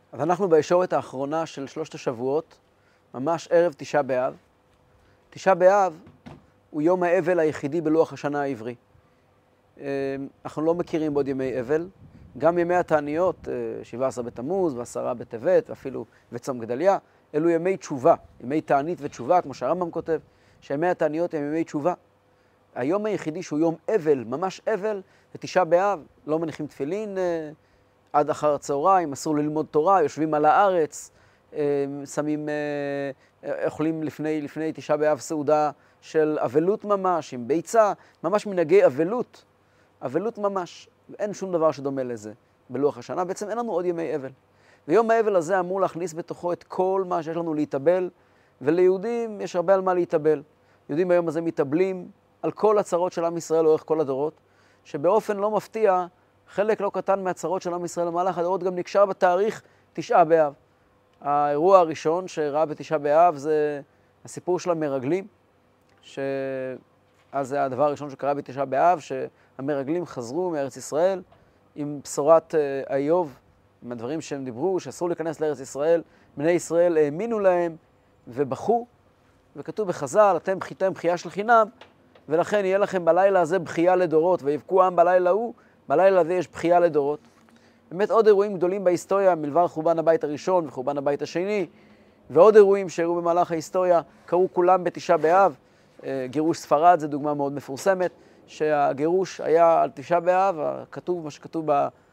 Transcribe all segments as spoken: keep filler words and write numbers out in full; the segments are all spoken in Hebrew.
אז אנחנו בישורת האחרונה של שלושת השבועות, ממש ערב תשעה באב. תשעה באב הוא יום האבל היחידי בלוח השנה העברי. אנחנו לא מכירים בעוד ימי אבל. גם ימי התעניות, שבעה עשר בתמוז ועשרה בטבת, ואפילו וצום גדליה, אלו ימי תשובה, ימי תענית ותשובה, כמו שהרמב"ם כותב, שימי התעניות הם ימי תשובה. היום היחידי שהוא יום אבל, ממש אבל, זה תשעה באב, לא מניחים תפילין עד אחר הצהריים, אסור ללמוד תורה, יושבים על הארץ, שמים, אוכלים לפני, לפני תשעה באב סעודה של אבלות ממש, עם ביצה, ממש מנהגי אבלות, אבלות ממש. אין שום דבר שדומה לזה בלוח השנה, בעצם אין לנו עוד ימי אבל. ויום האבל הזה אמור להכניס בתוכו את כל מה שיש לנו להתאבל, וליהודים יש הרבה על מה להתאבל. יהודים ביום הזה מתאבלים על כל הצרות של עם ישראל לאורך כל הדורות, שבאופן לא מפתיע, חלק לא קטן מהצרות של עם ישראל למהלך הדורות גם נקשר בתאריך תשעה באב. האירוע הראשון שראה בתשעה באב זה הסיפור של המרגלים, שאז זה הדבר הראשון שקרה בתשעה באב, שהמרגלים חזרו מארץ ישראל עם בשורת איוב, עם הדברים שהם דיברו, שאסור להיכנס לארץ ישראל. בני ישראל האמינו להם ובכו, וכתוב בחז"ל, אתם בכיתם בכייה של חינם, ולכן יהיה לכם בלילה הזה בכייה לדורות, ויבכו העם בלילה ההוא, בלילה הזה יש בכייה לדורות. באמת עוד אירועים גדולים בהיסטוריה, מלבד חורבן הבית הראשון וחורבן הבית השני, ועוד אירועים שאירעו במהלך ההיסטוריה, קרו כולם בתשעה באב. גירוש ספרד זה דוגמה מאוד מפורסמת, שהגירוש היה על תשעה באב, כתוב מה שכתוב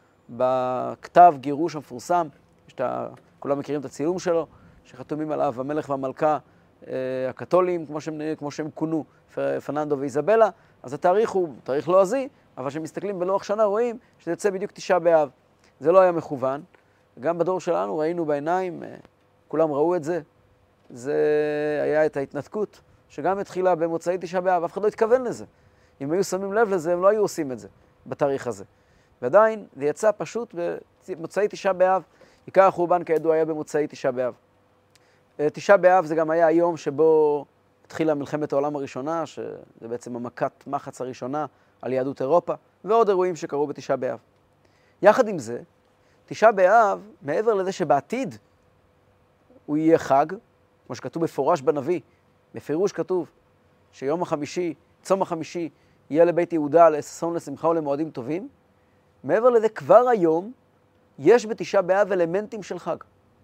בכתב גירוש המפורסם, שאתה, כולם מכירים את הצילום שלו, שחתומים עליו המלך והמלכה הקתולים, כמו שהם, כמו שהם כונו, פרננדו ואיזבלה. אז התאריך הוא תאריך לועזי, אבל כשמסתכלים בלוח שנה רואים שזה יוצא בדיוק תשעה באב. זה לא היה מכוון. גם בדור שלנו ראינו בעיניים, כולם ראו את זה. זה היה את ההתנתקות, שגם התחילה במוצאי תשעה באב. אף אחד לא התכוון לזה. אם היו שמים לב לזה, הם לא היו עושים את זה בתאריך הזה. ועדיין זה יצא פשוט במוצאי תשעה באב. עיקר החורבן כידוע היה במוצאי תשעה באב. תשעה באב זה גם היה היום שבו התחילה מלחמת העולם הראשונה, שזה בעצם המכת מחץ הראשונה על יהדות אירופה, ועוד אירועים שקרו בתשעה באב. יחד עם זה, תשעה באב, מעבר לזה שבעתיד הוא יהיה חג, כמו שכתוב בפורש בנביא, בפירוש כתוב שיום החמישי, צום החמישי, יהיה לבית יהודה לששון לשמחה ולמועדים טובים, מעבר לזה כבר היום יש בתשעה באב אלמנטים של חג.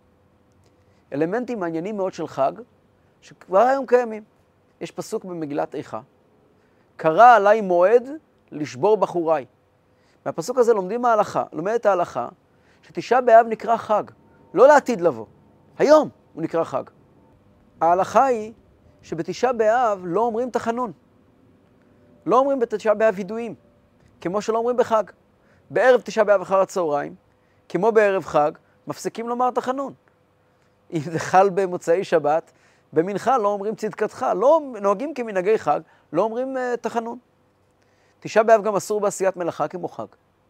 אלמנטים מעניינים מאוד של חג, שכבר היום קיימים. יש פסוק במגילת איכה, קרא עליי מועד לשבור בחוריי. מהפסוק הזה לומדים ההלכה, לומדת ההלכה, שתשעה באב נקרא חג, לא לעתיד לבוא. היום הוא נקרא חג. ההלכה היא שבתשעה באב לא אומרים תחנון. לא אומרים בתשעה באב וידועים, כמו שלא אומרים בחג. בערב תשעה באב אחר הצהריים, כמו בערב חג, מפסיקים לומר תחנון. אם זה חל במוצאי שבת, במנחה לא אומרים צדקתך, לא נוהגים כמנהגי חג, לא אומרים uh, תחנון. תשעה באב גם אסור בעשיית מלאכה כמו חג.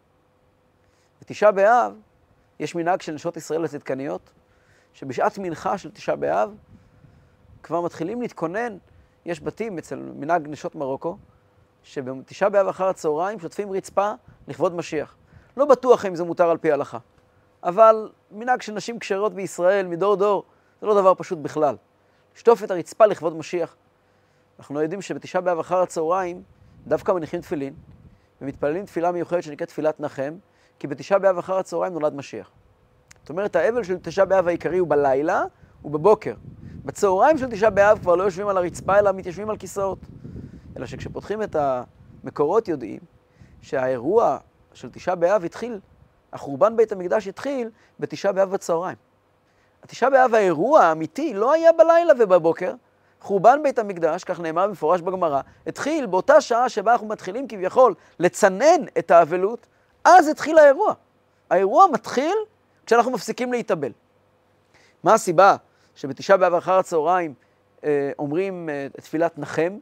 בתשעה באב יש מנהג של נשות ישראל הצדקניות, שבשעת מנחה של תשעה באב כבר מתחילים להתכונן. יש בתים אצל מנהג נשות מרוקו, שבתשעה באב אחר הצהריים שוטפים רצפה לכבוד משיח. לא בטוח אם זה מותר על פי ההלכה, אבל מנהג של נשים כשרות בישראל מדור דור, זה לא דבר פשוט בכלל. לשטוף את הרצפה לכבוד משיח. אנחנו יודעים שבתשעה באב אחר הצהריים דווקא מניחים תפילין, ומתפללים תפילה מיוחדת שנקראת תפילת נחם, כי בתשעה באב אחר הצהריים נולד משיח. זאת אומרת, האבל של תשעה באב העיקרי הוא בלילה ובבוקר. בצהריים של תשעה באב כבר לא יושבים על הרצפה, אלא מתיישבים על כיסאות. אלא שכשפותחים את המקורות יודעים שהאירוע של תשעה באב התחיל, החורבן בית המקדש התחיל בתשעה באב בצהריים. התשעה באב האירוע האמיתי לא היה בלילה ובבוקר. חורבן בית המקדש, כך נאמר במפורש בגמרא, התחיל באותה שעה שבה אנחנו מתחילים כביכול לצנן את האבלות, אז התחיל האירוע. האירוע מתחיל כשאנחנו מפסיקים להתאבל. מה הסיבה שבתשעה באב אחר הצהריים אה, אומרים אה, תפילת נחם?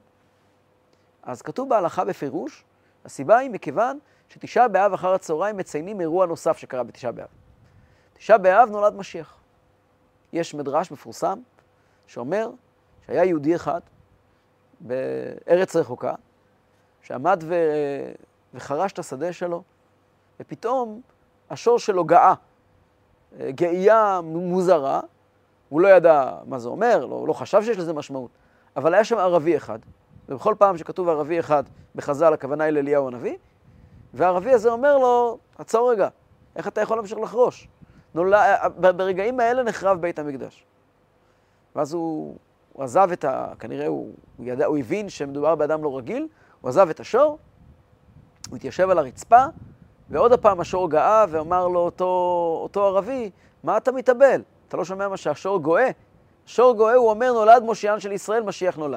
אז כתוב בהלכה בפירוש, הסיבה היא מכיוון שתשעה באב אחר הצהריים מציינים אירוע נוסף שקרה בתשעה באב. תשעה באב נולד משיח. יש מדרש מפורסם שאומר שהיה יהודי אחד בארץ רחוקה, שעמד ו... וחרש את השדה שלו, ופתאום השור שלו גאה גאייה מוזרה, הוא לא ידע מה זה אומר, לא, לא חשב שיש לזה משמעות, אבל היה שם ערבי אחד, ובכל פעם שכתוב ערבי אחד בחז"ל, הכוונה היא לאליהו הנביא, והערבי הזה אומר לו, עצור רגע, איך אתה יכול להמשיך לחרוש? נולד, ברגעים האלה נחרב בית המקדש. ואז הוא, הוא עזב את ה... כנראה הוא, הוא, ידע, הוא הבין שמדובר באדם לא רגיל, הוא עזב את השור, הוא התיישב על הרצפה, ועוד הפעם השור גאה ואמר לו אותו, אותו ערבי, מה אתה מתאבל? אתה לא שומע מה שהשור גואה? השור גואה, הוא אומר, נולד מושיען של ישראל, משיח נולד.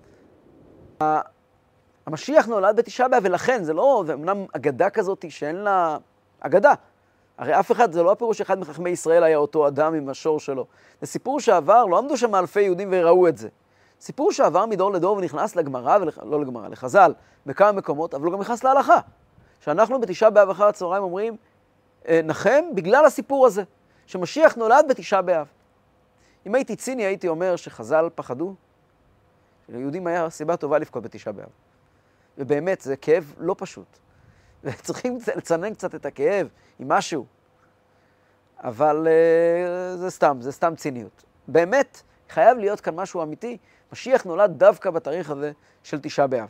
המשיח נולד בתשעה באב, ולכן זה לא, זה אמנם אגדה כזאת שאין לה אגדה. הרי אף אחד, זה לא הפירוש אחד מחכמי ישראל היה אותו אדם עם השור שלו. זה סיפור שעבר, לא עמדו שם אלפי יהודים וראו את זה. סיפור שעבר מדור לדור ונכנס לגמרא, ולח... לא לגמרא, לחז"ל, בכמה מקומות, אבל הוא גם נכנס להלכה. שאנחנו בתשעה באב אחר הצהריים אומרים, נחם בגלל הסיפור הזה, שמשיח נולד בתשעה באב. אם הייתי ציני, הייתי אומר שחז"ל פחדו, ליהודים היה סיבה טובה לבכות בתשעה באב. ובאמת, זה כאב לא פשוט. וצריכים לצנן קצת את הכאב עם משהו. אבל uh, זה סתם, זה סתם ציניות. באמת, חייב להיות כאן משהו אמיתי. משיח נולד דווקא בתאריך הזה של תשעה באב.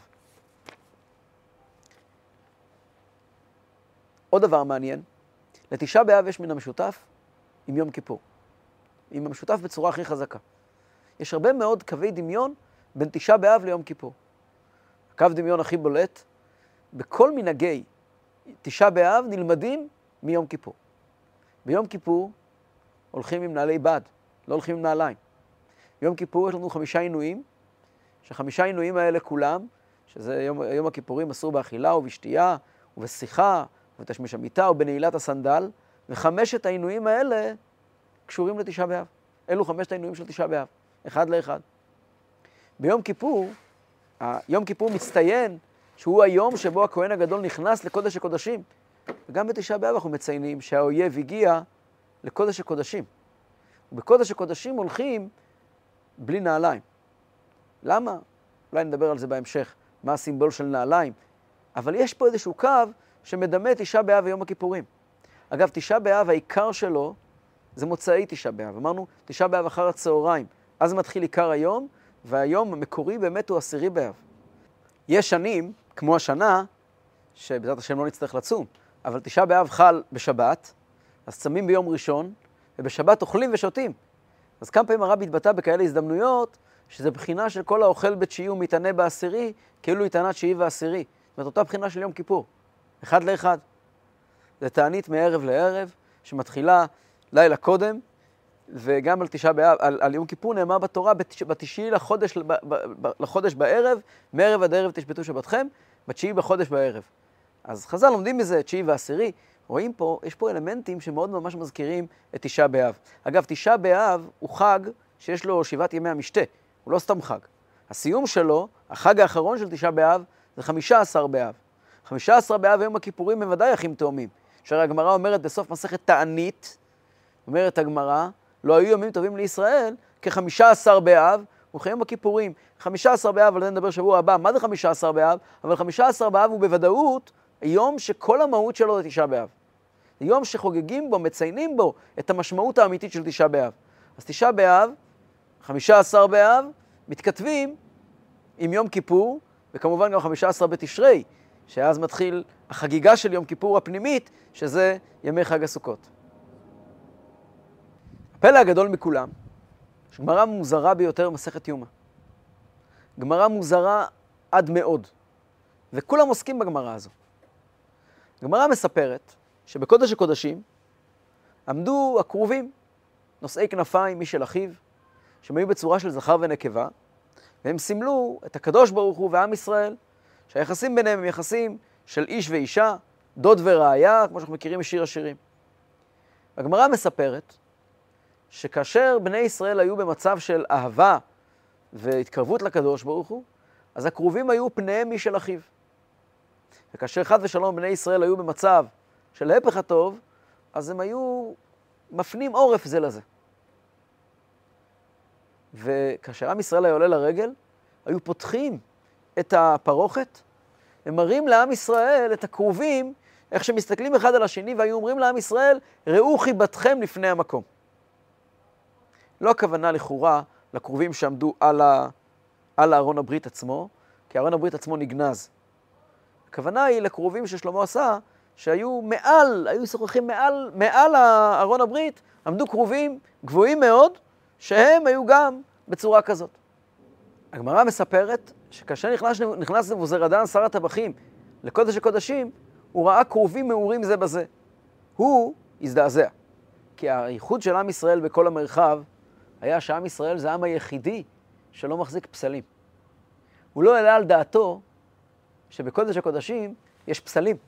עוד דבר מעניין, לתשעה באב יש מן המשותף עם יום כיפור. עם המשותף בצורה הכי חזקה. יש הרבה מאוד קווי דמיון בין תשעה באב ליום כיפור. הקו דמיון הכי בולט, בכל מנהגי תשעה באב נלמדים מיום כיפור. ביום כיפור הולכים עם נעלי בד, לא הולכים עם נעליים. ביום כיפור יש לנו חמישה עינויים, שחמישה עינויים האלה כולם, שזה יום, יום הכיפורים אסור באכילה ובשתייה ובשיחה ובתשמיש המיטה ובנעילת הסנדל, וחמשת העינויים האלה קשורים לתשעה באב. אלו חמשת העינויים של תשעה באב, אחד לאחד. ביום כיפור, יום כיפור מצטיין שהוא היום שבו הכהן הגדול נכנס לקודש הקודשים. וגם בתשעה באב אנחנו מציינים שהאויב הגיע לקודש הקודשים. ובקודש הקודשים הולכים בלי נעליים. למה? אולי נדבר על זה בהמשך, מה הסימבול של נעליים. אבל יש פה איזשהו קו שמדמה תשעה באב ויום הכיפורים. אגב, תשעה באב, העיקר שלו זה מוצאי תשעה באב. אמרנו, תשעה באב אחר הצהריים. אז מתחיל עיקר היום, והיום המקורי באמת הוא עשירי באב. יש שנים, כמו השנה, שבעזרת השם לא נצטרך לצום, אבל תשעה באב חל בשבת, אז צמים ביום ראשון, ובשבת אוכלים ושותים. אז כמה פעמים הרב התבטא בכאלה הזדמנויות, שזה בחינה של כל האוכל בתשיעי ומתענה בעשירי, כאילו התענה תשיעי ועשירי. זאת אומרת, אותה בחינה של יום כיפור, אחד לאחד. זה תענית מערב לערב, שמתחילה לילה קודם, וגם על תשעה באב, על, על יום כיפור נאמר בתורה, בתש, בתשיעי לחודש, ב, ב, ב, לחודש בערב, מערב עד ערב תשבתו שבתכם, בתשיעי בחודש בערב. אז חז"ל לומדים מזה, תשיעי ועשירי, רואים פה, יש פה אלמנטים שמאוד ממש מזכירים את תשעה באב. אגב, תשעה באב הוא חג שיש לו שבעת ימי המשתה, הוא לא סתם חג. הסיום שלו, החג האחרון של תשעה באב, זה חמישה עשר באב. חמישה עשר באב ויום הכיפורים הם ודאי אחים תאומים. שהרי הגמרא אומרת בסוף מסכת תענית, אומרת הגמרא, לא היו ימים טובים לישראל כחמישה עשר באב, וכיום הכיפורים. חמישה עשר באב, על זה נדבר שבוע הבא, מה זה חמישה עשר באב? אבל חמישה עשר באב הוא בוודאות יום שכל המהות שלו זה תשעה באב. זה יום שחוגגים בו, מציינים בו את המשמעות האמיתית של תשעה באב. אז תשעה באב, חמישה עשר באב, מתכתבים עם יום כיפור, וכמובן גם חמישה עשר בתשרי, שאז מתחיל החגיגה של יום כיפור הפנימית, שזה ימי חג הסוכות. הפלא הגדול מכולם, שגמרא מוזרה ביותר מסכת יומא. גמרא מוזרה עד מאוד, וכולם עוסקים בגמרא הזו. גמרא מספרת שבקודש הקודשים עמדו הקרובים, נושאי כנפיים משל אחיו, שהם היו בצורה של זכר ונקבה, והם סימלו את הקדוש ברוך הוא ועם ישראל, שהיחסים ביניהם הם יחסים של איש ואישה, דוד ורעיה, כמו שאנחנו מכירים משיר השירים. הגמרא מספרת שכאשר בני ישראל היו במצב של אהבה והתקרבות לקדוש ברוך הוא, אז הקרובים היו פניהם משל אחיו. וכאשר חד ושלום בני ישראל היו במצב של הפך הטוב, אז הם היו מפנים עורף זה לזה. וכאשר עם ישראל היה עולה לרגל, היו פותחים את הפרוכת, ומראים לעם ישראל את הקרובים איך שמסתכלים אחד על השני והיו אומרים לעם ישראל, ראו חיבתכם לפני המקום. לא הכוונה לכאורה לקרובים שעמדו על, ה... על הארון הברית עצמו, כי הארון הברית עצמו נגנז. הכוונה היא לקרובים ששלמה עשה, שהיו מעל, היו שוחחים מעל, מעל הארון הברית, עמדו קרובים גבוהים מאוד, שהם היו גם בצורה כזאת. הגמרא מספרת שכאשר נכנס, נכנס נבוזראדן שר הטבחים לקודש הקודשים, הוא ראה קרובים מאורים זה בזה. הוא הזדעזע. כי הייחוד של עם ישראל בכל המרחב היה שעם ישראל זה העם היחידי שלא מחזיק פסלים. הוא לא העלה על דעתו שבקודש הקודשים יש פסלים.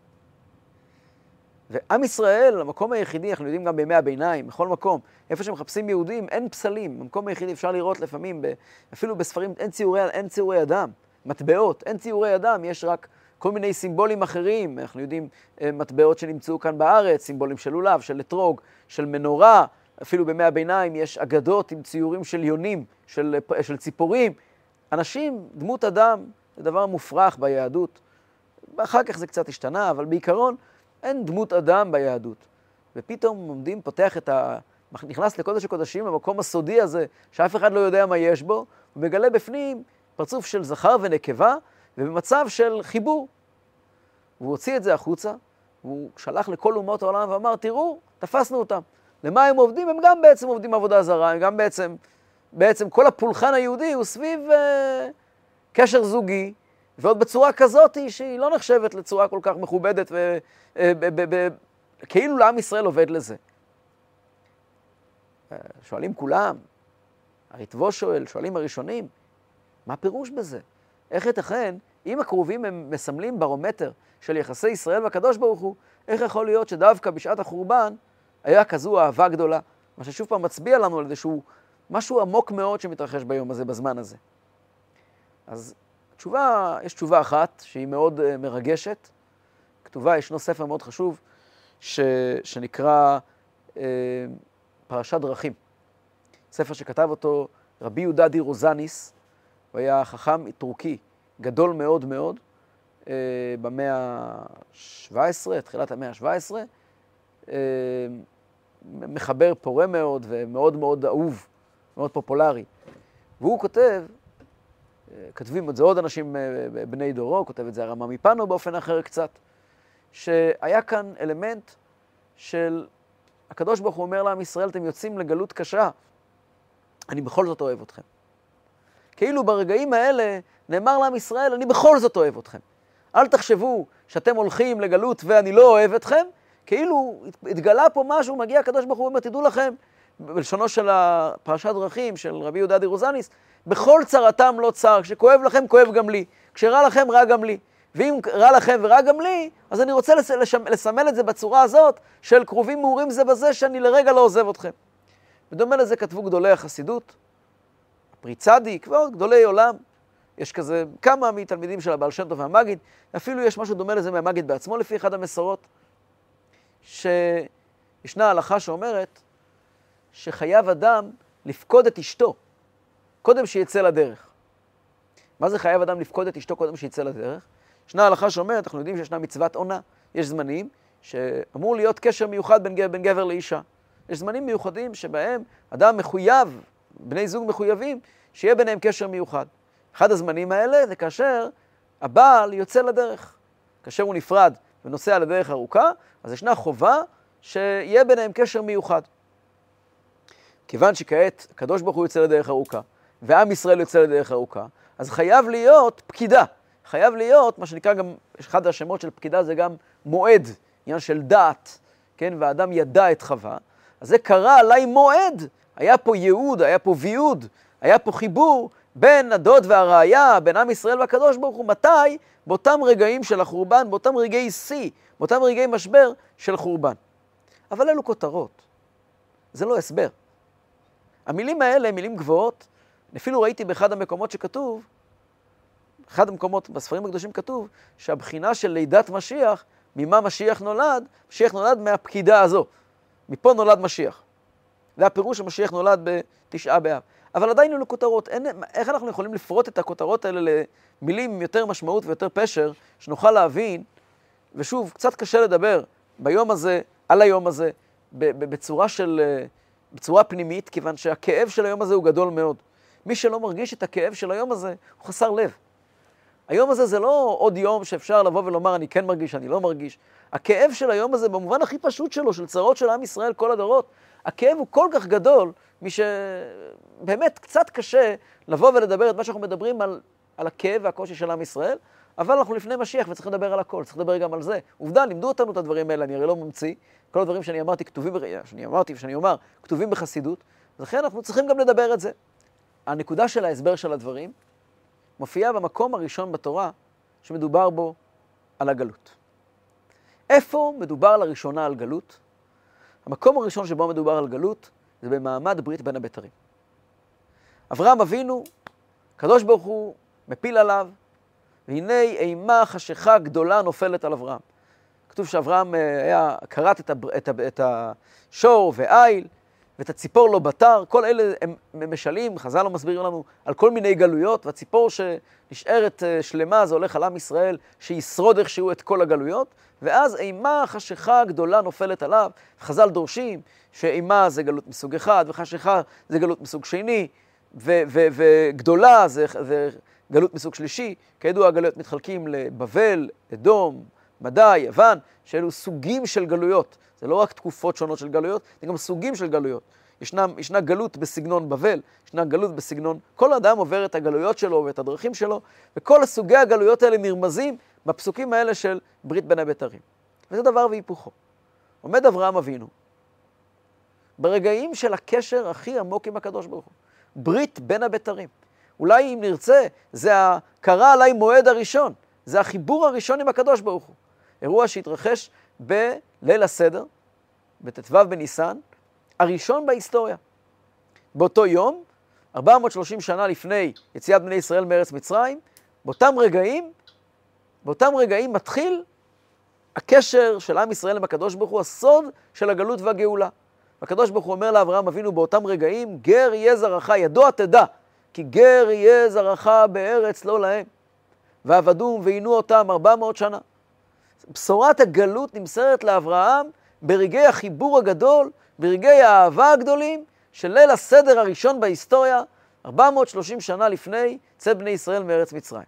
ועם ישראל, המקום היחידי, אנחנו יודעים גם בימי הביניים, בכל מקום, איפה שמחפשים יהודים, אין פסלים. במקום היחידי אפשר לראות לפעמים, אפילו בספרים, אין ציורי, אין ציורי אדם, מטבעות, אין ציורי אדם, יש רק כל מיני סימבולים אחרים. אנחנו יודעים מטבעות שנמצאו כאן בארץ, סימבולים של לולב, של אתרוג, של מנורה, אפילו בימי הביניים יש אגדות עם ציורים של יונים, של, של ציפורים. אנשים, דמות אדם, זה דבר מופרך ביהדות. אחר כך זה קצת השתנה, אבל בעיקרון אין דמות אדם ביהדות. ופתאום עומדים, פותח את ה... נכנס לקודש הקודשים, המקום הסודי הזה, שאף אחד לא יודע מה יש בו, ומגלה בפנים פרצוף של זכר ונקבה, ובמצב של חיבור. והוא הוציא את זה החוצה, והוא שלח לכל אומות העולם ואמר, תראו, תפסנו אותם. למה הם עובדים? הם גם בעצם עובדים עבודה זרה, הם גם בעצם, בעצם כל הפולחן היהודי הוא סביב אה, קשר זוגי, ועוד בצורה כזאת שהיא לא נחשבת לצורה כל כך מכובדת, וכאילו לעם ישראל עובד לזה. שואלים כולם, הריטב"א שואל, שואלים הראשונים, מה פירוש בזה? איך ייתכן, אם הקרובים הם מסמלים ברומטר של יחסי ישראל והקדוש ברוך הוא, איך יכול להיות שדווקא בשעת החורבן היה כזו אהבה גדולה, מה ששוב פעם מצביע לנו על איזשהו משהו עמוק מאוד שמתרחש ביום הזה, בזמן הזה. אז תשובה, יש תשובה אחת שהיא מאוד uh, מרגשת. כתובה, ישנו ספר מאוד חשוב ש, שנקרא uh, פרשת דרכים. ספר שכתב אותו רבי יהודה די רוזניס, הוא היה חכם טורקי גדול מאוד מאוד, uh, במאה ה-שבע עשרה, תחילת המאה ה-שבע עשרה, uh, מחבר פורה מאוד ומאוד מאוד אהוב, מאוד פופולרי. והוא כותב, כתבים את זה עוד אנשים בני דורו, הוא כותב את זה הרמ"א מפנו באופן אחר קצת, שהיה כאן אלמנט של הקדוש ברוך הוא אומר לעם ישראל, אתם יוצאים לגלות קשה, אני בכל זאת אוהב אתכם. כאילו ברגעים האלה נאמר לעם ישראל, אני בכל זאת אוהב אתכם. אל תחשבו שאתם הולכים לגלות ואני לא אוהב אתכם, כאילו התגלה פה משהו, מגיע הקדוש ברוך הוא ואומר, תדעו לכם, בלשונו של פרשת דרכים של רבי יהודה די רוזניס, בכל צרתם לא צר, כשכואב לכם כואב גם לי, כשרע לכם רע גם לי, ואם רע לכם ורע גם לי, אז אני רוצה לסמל את זה בצורה הזאת של קרובים מאורים זה בזה שאני לרגע לא עוזב אתכם. בדומה לזה כתבו גדולי החסידות, הפרי צדיק ועוד גדולי עולם, יש כזה כמה מתלמידים של הבעל שם טוב והמגיד, אפילו יש משהו דומה לזה מהמגיד בעצמו לפי אחד המסורות, שישנה הלכה שאומרת שחייב אדם לפקוד את אשתו קודם שיצא לדרך. מה זה חייב אדם לפקוד את אשתו קודם שיצא לדרך? ישנה הלכה שאומרת, אנחנו יודעים שישנה מצוות עונה, יש זמנים שאמור להיות קשר מיוחד בין גבר, בין גבר לאישה. יש זמנים מיוחדים שבהם אדם מחויב, בני זוג מחויבים, שיהיה ביניהם קשר מיוחד. אחד הזמנים האלה זה כאשר הבעל יוצא לדרך. כאשר הוא נפרד ונוסע לדרך ארוכה, אז ישנה חובה שיהיה ביניהם קשר מיוחד. כיוון שכעת הקדוש ברוך הוא יוצא לדרך ארוכה, ועם ישראל יוצא לדרך ארוכה, אז חייב להיות פקידה. חייב להיות, מה שנקרא גם, אחד השמות של פקידה זה גם מועד, עניין של דעת, כן? והאדם ידע את חווה. אז זה קרה עליי מועד. היה פה ייעוד, היה פה ויעוד, היה פה חיבור בין הדוד והראיה, בין עם ישראל והקדוש ברוך הוא. מתי? באותם רגעים של החורבן, באותם רגעי שיא, באותם רגעי משבר של חורבן. אבל אלו כותרות. זה לא הסבר. המילים האלה הם מילים גבוהות. אפילו ראיתי באחד המקומות שכתוב, אחד המקומות בספרים הקדושים כתוב, שהבחינה של לידת משיח, ממה משיח נולד, משיח נולד מהפקידה הזו. מפה נולד משיח. זה הפירוש שמשיח נולד בתשעה באב. אבל עדיין אלו כותרות. אין, איך אנחנו יכולים לפרוט את הכותרות האלה למילים עם יותר משמעות ויותר פשר, שנוכל להבין ושוב, קצת קשה לדבר ביום הזה, על היום הזה, בצורה של, בצורה פנימית, כיוון שהכאב של היום הזה הוא גדול מאוד. מי שלא מרגיש את הכאב של היום הזה, הוא חסר לב. היום הזה זה לא עוד יום שאפשר לבוא ולומר, אני כן מרגיש, אני לא מרגיש. הכאב של היום הזה, במובן הכי פשוט שלו, של צרות של עם ישראל כל הדורות, הכאב הוא כל כך גדול, מי שבאמת קצת קשה לבוא ולדבר את מה שאנחנו מדברים על, על הכאב והקושי של עם ישראל, אבל אנחנו לפני משיח וצריך לדבר על הכל, צריך לדבר גם על זה. עובדה, לימדו אותנו את הדברים האלה, אני הרי לא ממציא. כל הדברים שאני אמרתי כתובים, שאני אמרתי ושאני אומר, כתובים בחסידות, לכן אנחנו צריכים גם לדבר את זה. הנקודה של ההסבר של הדברים מופיעה במקום הראשון בתורה שמדובר בו על הגלות. איפה מדובר לראשונה על גלות? המקום הראשון שבו מדובר על גלות זה במעמד ברית בין הבתרים. אברהם אבינו, הקדוש ברוך הוא מפיל עליו, והנה אימה חשיכה גדולה נופלת על אברהם. כתוב שאברהם היה, קראת את, הבר, את, את השור ואיל, ואת הציפור לא בתר, כל אלה הם משלים, חז"ל לא מסבירים לנו, על כל מיני גלויות, והציפור שנשארת שלמה, זה הולך על עם ישראל, שישרוד איכשהו את כל הגלויות, ואז אימה חשיכה גדולה נופלת עליו, חז"ל דורשים שאימה זה גלות מסוג אחד, וחשיכה זה גלות מסוג שני, ו- ו- וגדולה זה, זה גלות מסוג שלישי. כידוע הגלויות מתחלקים לבבל, אדום, מדי, יוון, שאלו סוגים של גלויות. זה לא רק תקופות שונות של גלויות, זה גם סוגים של גלויות. ישנה, ישנה גלות בסגנון בבל, ישנה גלות בסגנון, כל אדם עובר את הגלויות שלו ואת הדרכים שלו, וכל הסוגי הגלויות האלה נרמזים בפסוקים האלה של ברית בין הבתרים. וזה דבר והיפוכו. עומד אברהם אבינו, ברגעים של הקשר הכי עמוק עם הקדוש ברוך הוא. ברית בין הבתרים. אולי אם נרצה, זה הקרא עליי מועד הראשון, זה החיבור הראשון עם הקדוש ברוך הוא. אירוע שהתרחש בליל הסדר, בט"ו בניסן, הראשון בהיסטוריה. באותו יום, ארבע מאות ושלושים שנה לפני יציאת בני ישראל מארץ מצרים, באותם רגעים, באותם רגעים מתחיל הקשר של עם ישראל עם הקדוש ברוך הוא, הסוד של הגלות והגאולה. הקדוש ברוך הוא אומר לאברהם אבינו באותם רגעים, גר יהיה זרעך, ידוע תדע, כי גר יהיה זרעך בארץ לא להם. ועבדום ועינו אותם ארבע מאות שנה. בשורת הגלות נמסרת לאברהם ברגעי החיבור הגדול, ברגעי האהבה הגדולים של ליל הסדר הראשון בהיסטוריה, ארבע מאות ושלושים שנה לפני צאת בני ישראל מארץ מצרים.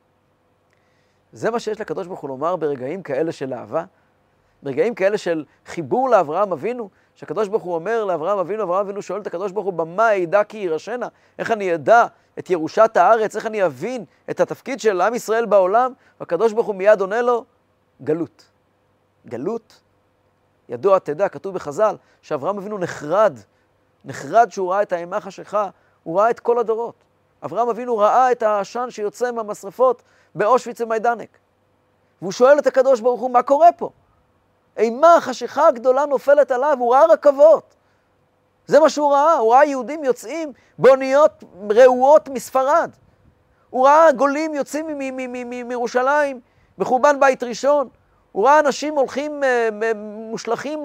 זה מה שיש לקדוש ברוך הוא לומר ברגעים כאלה של אהבה, ברגעים כאלה של חיבור לאברהם אבינו, שהקדוש ברוך הוא אומר לאברהם אבינו, אברהם אבינו שואל את הקדוש ברוך הוא, במה ידע כי ירשנה? איך אני ידע את ירושת הארץ? איך אני אבין את התפקיד של עם ישראל בעולם? והקדוש ברוך הוא מיד עונה לו, גלות. גלות, ידוע תדע, כתוב בחז"ל, שאברהם אבינו נחרד, נחרד שהוא ראה את האימה חשיכה, הוא ראה את כל הדורות. אברהם אבינו ראה את העשן שיוצא מהמשרפות באושוויץ ומיידנק. והוא שואל את הקדוש ברוך הוא, מה קורה פה? אימה חשיכה גדולה נופלת עליו, הוא ראה רכבות. זה מה שהוא ראה, הוא ראה יהודים יוצאים באוניות רעועות מספרד. הוא ראה גולים יוצאים מירושלים בחורבן בית ראשון. הוא ראה אנשים הולכים מושלכים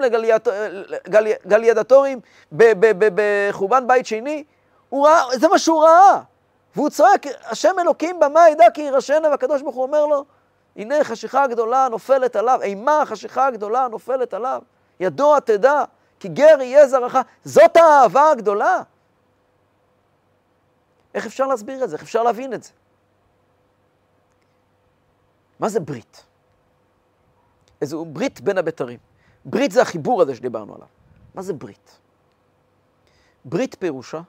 לגליאדטורים בחורבן בית שני. הוא ראה, זה מה שהוא ראה. והוא צועק, השם אלוקים במה ידע כי ירשנה, והקדוש ברוך הוא אומר לו, הנה חשיכה גדולה נופלת עליו, אימה חשיכה גדולה נופלת עליו, ידוע תדע, כי גר יהיה זרעך. זאת האהבה הגדולה. איך אפשר להסביר את זה? איך אפשר להבין את זה? מה זה ברית? איזו ברית בין הבתרים. ברית זה החיבור הזה שדיברנו עליו. מה זה ברית? ברית פירושה,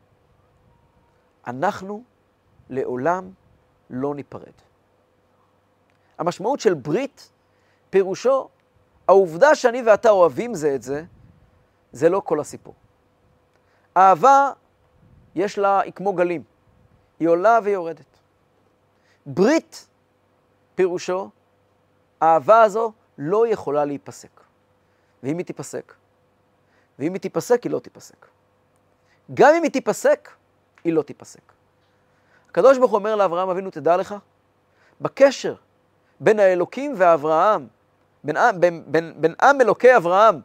אנחנו לעולם לא ניפרד. המשמעות של ברית פירושו, העובדה שאני ואתה אוהבים זה את זה, זה לא כל הסיפור. אהבה יש לה, היא כמו גלים, היא עולה ויורדת. ברית פירושו, האהבה הזו לא יכולה להיפסק. ואם היא תיפסק, ואם היא תיפסק, היא לא תיפסק. גם אם היא תיפסק, היא לא תיפסק. הקדוש ברוך הוא אומר לאברהם אבינו, תדע לך, בקשר בין האלוקים ואברהם, בין, בין, בין, בין עם אלוקי אברהם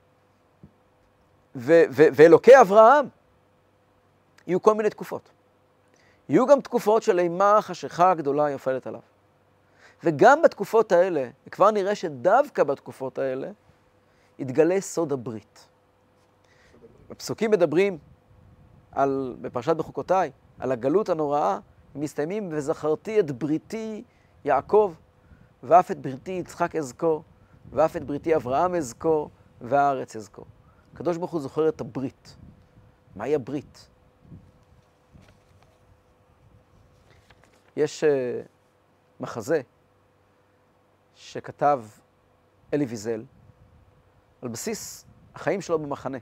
ו, ו, ואלוקי אברהם, יהיו כל מיני תקופות. יהיו גם תקופות של אימה חשיכה גדולה יופלת עליו. וגם בתקופות האלה, וכבר נראה שדווקא בתקופות האלה, יתגלה סוד הברית. הפסוקים מדברים על, בפרשת בחוקותיי, על הגלות הנוראה, מסתיימים, וזכרתי את בריתי יעקב, ואף את בריתי יצחק אזכור, ואף את בריתי אברהם אזכור, והארץ אזכור. הקדוש ברוך הוא זוכר את הברית. מהי הברית? יש uh, מחזה שכתב אלי ויזל על בסיס החיים שלו במחנה.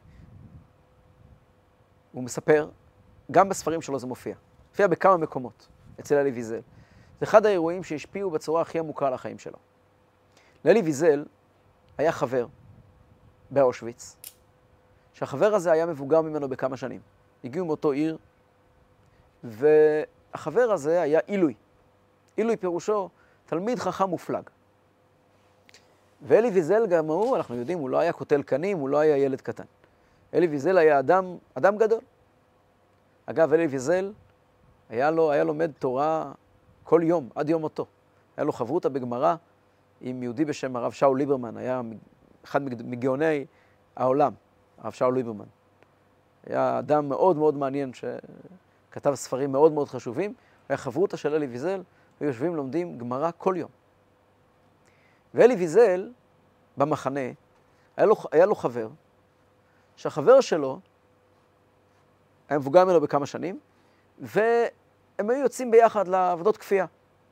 הוא מספר, גם בספרים שלו זה מופיע. מופיע בכמה מקומות אצל אלי ויזל. זה אחד האירועים שהשפיעו בצורה הכי עמוקה על החיים שלו. לאלי ויזל היה חבר באושוויץ, שהחבר הזה היה מבוגר ממנו בכמה שנים. הגיעו מאותו עיר, והחבר הזה היה אילוי. אילוי פירושו תלמיד חכם מופלג. ואלי ויזל גם הוא, אנחנו יודעים, הוא לא היה קוטל קנים, הוא לא היה ילד קטן. אלי ויזל היה אדם, אדם גדול. אגב, אלי ויזל היה, לו, היה לומד תורה כל יום, עד יום מותו. היה לו חברותא בגמרא עם יהודי בשם הרב שאול ליברמן, היה אחד מגאוני העולם, הרב שאול ליברמן. היה אדם מאוד מאוד מעניין שכתב ספרים מאוד מאוד חשובים. היה חברותא של אלי ויזל, היו יושבים לומדים גמרא כל יום. ואלי ויזל במחנה, היה לו, היה לו חבר, שהחבר שלו היה מבוגר ממנו בכמה שנים, והם היו יוצאים ביחד לעבודות כפייה.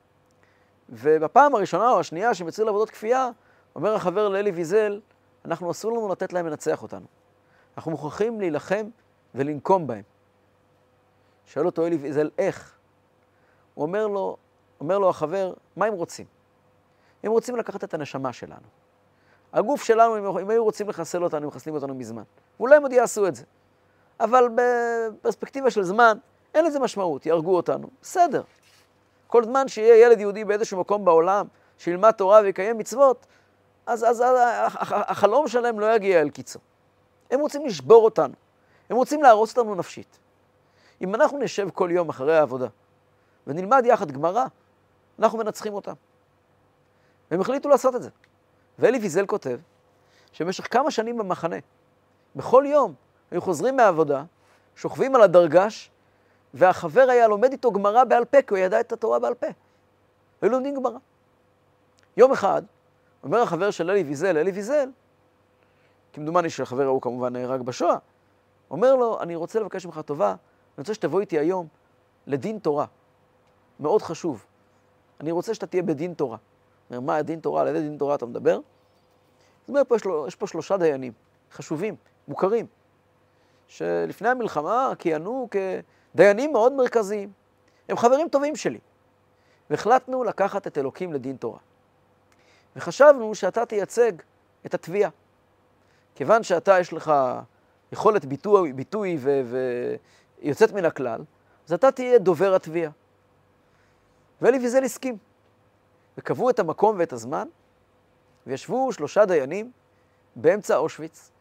ובפעם הראשונה או השנייה שהם יוצאים לעבודות כפייה, אומר החבר לאלי ויזל, אנחנו אסור לנו לתת להם לנצח אותנו. אנחנו מוכרחים להילחם ולנקום בהם. שואל אותו אלי ויזל, איך? הוא אומר לו, אומר לו החבר, מה הם רוצים? הם רוצים לקחת את הנשמה שלנו. הגוף שלנו, אם היו רוצים לחסל אותנו, הם מחסלים אותנו מזמן. ואולי הם עוד יעשו את זה. אבל בפרספקטיבה של זמן, אין לזה משמעות, יהרגו אותנו. בסדר. כל זמן שיהיה ילד יהודי באיזשהו מקום בעולם, שילמד תורה ויקיים מצוות, אז, אז, אז החלום שלהם לא יגיע אל קיצו. הם רוצים לשבור אותנו. הם רוצים להרוס אותנו נפשית. אם אנחנו נשב כל יום אחרי העבודה, ונלמד יחד גמרא, אנחנו מנצחים אותם. והם החליטו לעשות את זה. ואלי ויזל כותב, שבמשך כמה שנים במחנה, בכל יום, היו חוזרים מהעבודה, שוכבים על הדרגש, והחבר היה לומד איתו גמרא בעל פה, כי הוא ידע את התורה בעל פה. היו לומדים גמרא. יום אחד, אומר החבר של אלי ויזל, אלי ויזל, כמדומני שהחבר ההוא כמובן נהרג בשואה, אומר לו, אני רוצה לבקש ממך טובה, אני רוצה שתבוא איתי היום לדין תורה. מאוד חשוב. אני רוצה שאתה תהיה בדין תורה. אומר, מה הדין תורה? על איזה דין תורה אתה מדבר? זאת אומרת, פה יש, לו, יש פה שלושה דיינים, חשובים, מוכרים, שלפני המלחמה כיהנו כדיינים מאוד מרכזיים. הם חברים טובים שלי. והחלטנו לקחת את אלוקים לדין תורה. וחשבנו שאתה תייצג את התביעה. כיוון שאתה יש לך יכולת ביטוי, ביטוי ויוצאת מן הכלל, אז אתה תהיה דובר התביעה. ואלי ויזל הסכים. וקבעו את המקום ואת הזמן, וישבו שלושה דיינים באמצע אושוויץ,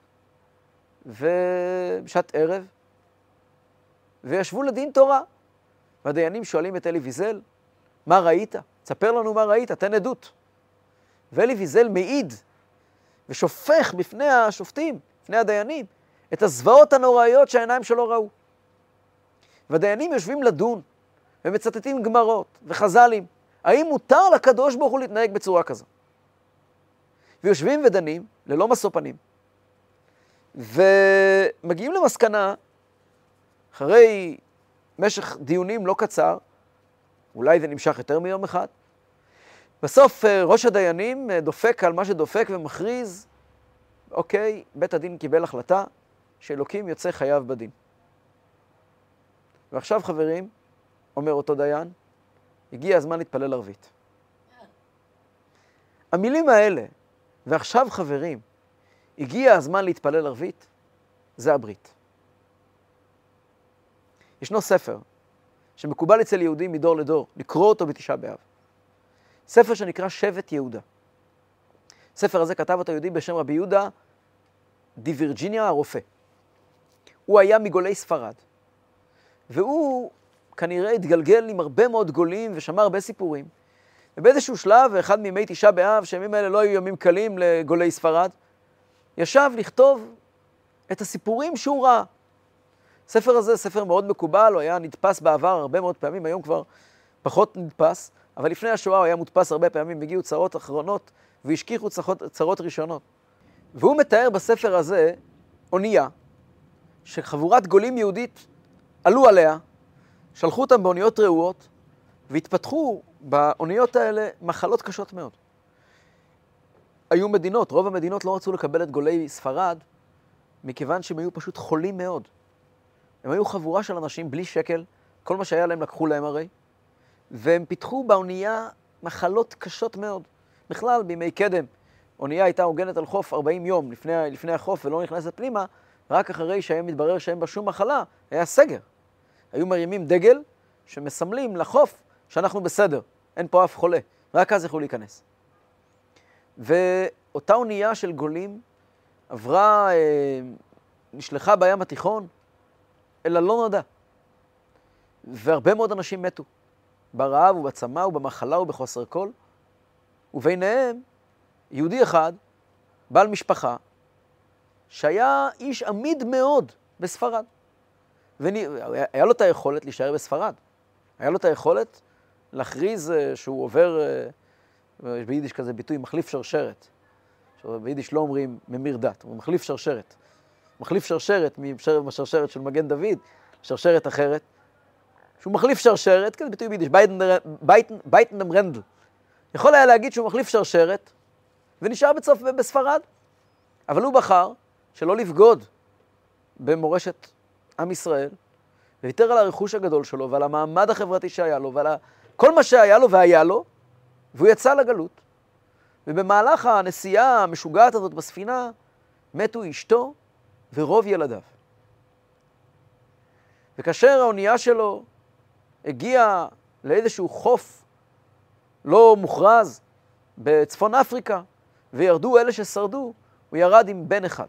ובשעת ערב, וישבו לדין תורה. והדיינים שואלים את אלי ויזל, מה ראית? תספר לנו מה ראית, תן עדות. ואלי ויזל מעיד, ושופך בפני השופטים, בפני הדיינים, את הזוועות הנוראיות שהעיניים שלו ראו. והדיינים יושבים לדון, ומצטטים גמרות וחז"לים. האם מותר לקדוש ברוך הוא להתנהג בצורה כזו? ויושבים ודנים, ללא משוא פנים, ומגיעים למסקנה, אחרי משך דיונים לא קצר, אולי זה נמשך יותר מיום אחד, בסוף ראש הדיינים דופק על מה שדופק ומכריז, אוקיי, בית הדין קיבל החלטה שאלוקים יוצא חייב בדין. ועכשיו חברים, אומר אותו דיין, הגיע הזמן להתפלל ערבית. המילים האלה, ועכשיו חברים, הגיע הזמן להתפלל ערבית, זה הברית. ישנו ספר שמקובל אצל יהודים מדור לדור, לקרוא אותו בתשעה באב. ספר שנקרא שבט יהודה. ספר הזה כתב אותו יהודי בשם רבי יהודה די וירג'יניה הרופא. הוא היה מגולי ספרד, והוא כנראה התגלגל עם הרבה מאוד גולים ושמע הרבה סיפורים. ובאיזשהו שלב, אחד מימי תשעה באב, שהימים האלה לא היו ימים קלים לגולי ספרד, ישב לכתוב את הסיפורים שהוא ראה. הספר הזה, ספר מאוד מקובל, הוא היה נדפס בעבר הרבה מאוד פעמים, היום כבר פחות נדפס, אבל לפני השואה הוא היה מודפס הרבה פעמים, הגיעו צרות אחרונות והשכיחו צרות, צרות ראשונות. והוא מתאר בספר הזה אונייה, שחבורת גולים יהודית עלו עליה, שלחו אותם באוניות רעועות, והתפתחו באוניות האלה מחלות קשות מאוד. היו מדינות, רוב המדינות לא רצו לקבל את גולי ספרד, מכיוון שהם היו פשוט חולים מאוד. הם היו חבורה של אנשים בלי שקל, כל מה שהיה להם לקחו להם הרי, והם פיתחו באונייה מחלות קשות מאוד. בכלל, בימי קדם, אונייה הייתה עוגנת על חוף ארבעים יום לפני, לפני החוף ולא נכנסת פנימה, רק אחרי שהיה מתברר שאין בה שום מחלה, היה סגר. היו מרימים דגל שמסמלים לחוף שאנחנו בסדר, אין פה אף חולה, רק אז יכולו להיכנס. ואותה אונייה של גולים עברה, אה, נשלחה בים התיכון, אלא לא נודע. והרבה מאוד אנשים מתו, ברעב ובצמא ובמחלה ובחוסר כל, וביניהם יהודי אחד, בעל משפחה, שהיה איש עמיד מאוד בספרד. והיה לו את היכולת להישאר בספרד. היה לו את היכולת להכריז שהוא עובר, ביידיש כזה ביטוי, מחליף שרשרת. ביידיש לא אומרים ממיר דת, הוא מחליף שרשרת. מחליף שרשרת משרשרת של מגן דוד, שרשרת אחרת. שהוא מחליף שרשרת, כזה ביטוי ביידיש, בייטנדם רנדל. יכול היה להגיד שהוא מחליף שרשרת, ונשאר בסוף בספרד. אבל הוא בחר שלא לבגוד במורשת עם ישראל, ויתר על הרכוש הגדול שלו, ועל המעמד החברתי שהיה לו, ועל כל מה שהיה לו והיה לו, והוא יצא לגלות. ובמהלך הנסיעה המשוגעת הזאת בספינה, מתו אשתו ורוב ילדיו. וכאשר האונייה שלו הגיעה לאיזשהו חוף לא מוכרז בצפון אפריקה, וירדו אלה ששרדו, הוא ירד עם בן אחד.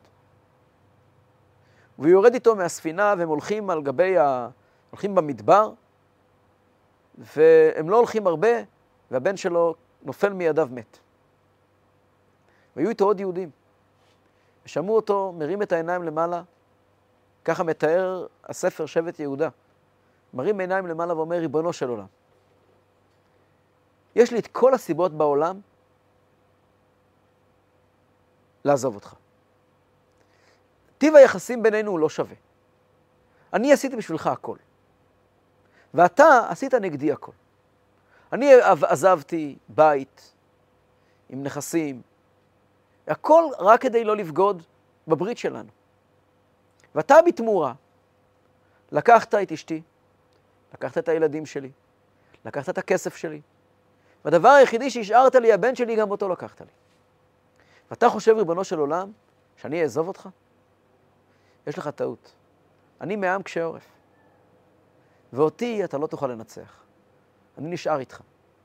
והוא יורד איתו מהספינה, והם הולכים על גבי ה... הולכים במדבר, והם לא הולכים הרבה, והבן שלו נופל מידיו מת. והיו איתו עוד יהודים. ושמעו אותו, מרים את העיניים למעלה, ככה מתאר הספר שבט יהודה. מרים עיניים למעלה ואומר, ריבונו של עולם. יש לי את כל הסיבות בעולם לעזוב אותך. טיב היחסים בינינו הוא לא שווה. אני עשיתי בשבילך הכל. ואתה עשית נגדי הכל. אני עזבתי בית עם נכסים, הכל רק כדי לא לבגוד בברית שלנו. ואתה בתמורה לקחת את אשתי, לקחת את הילדים שלי, לקחת את הכסף שלי, והדבר היחידי שהשארת לי, הבן שלי, גם אותו לקחת לי. ואתה חושב, ריבונו של עולם, שאני אעזוב אותך? יש לך טעות. אני מעם קשה עורף. ואותי אתה לא תוכל לנצח. אני נשאר איתך.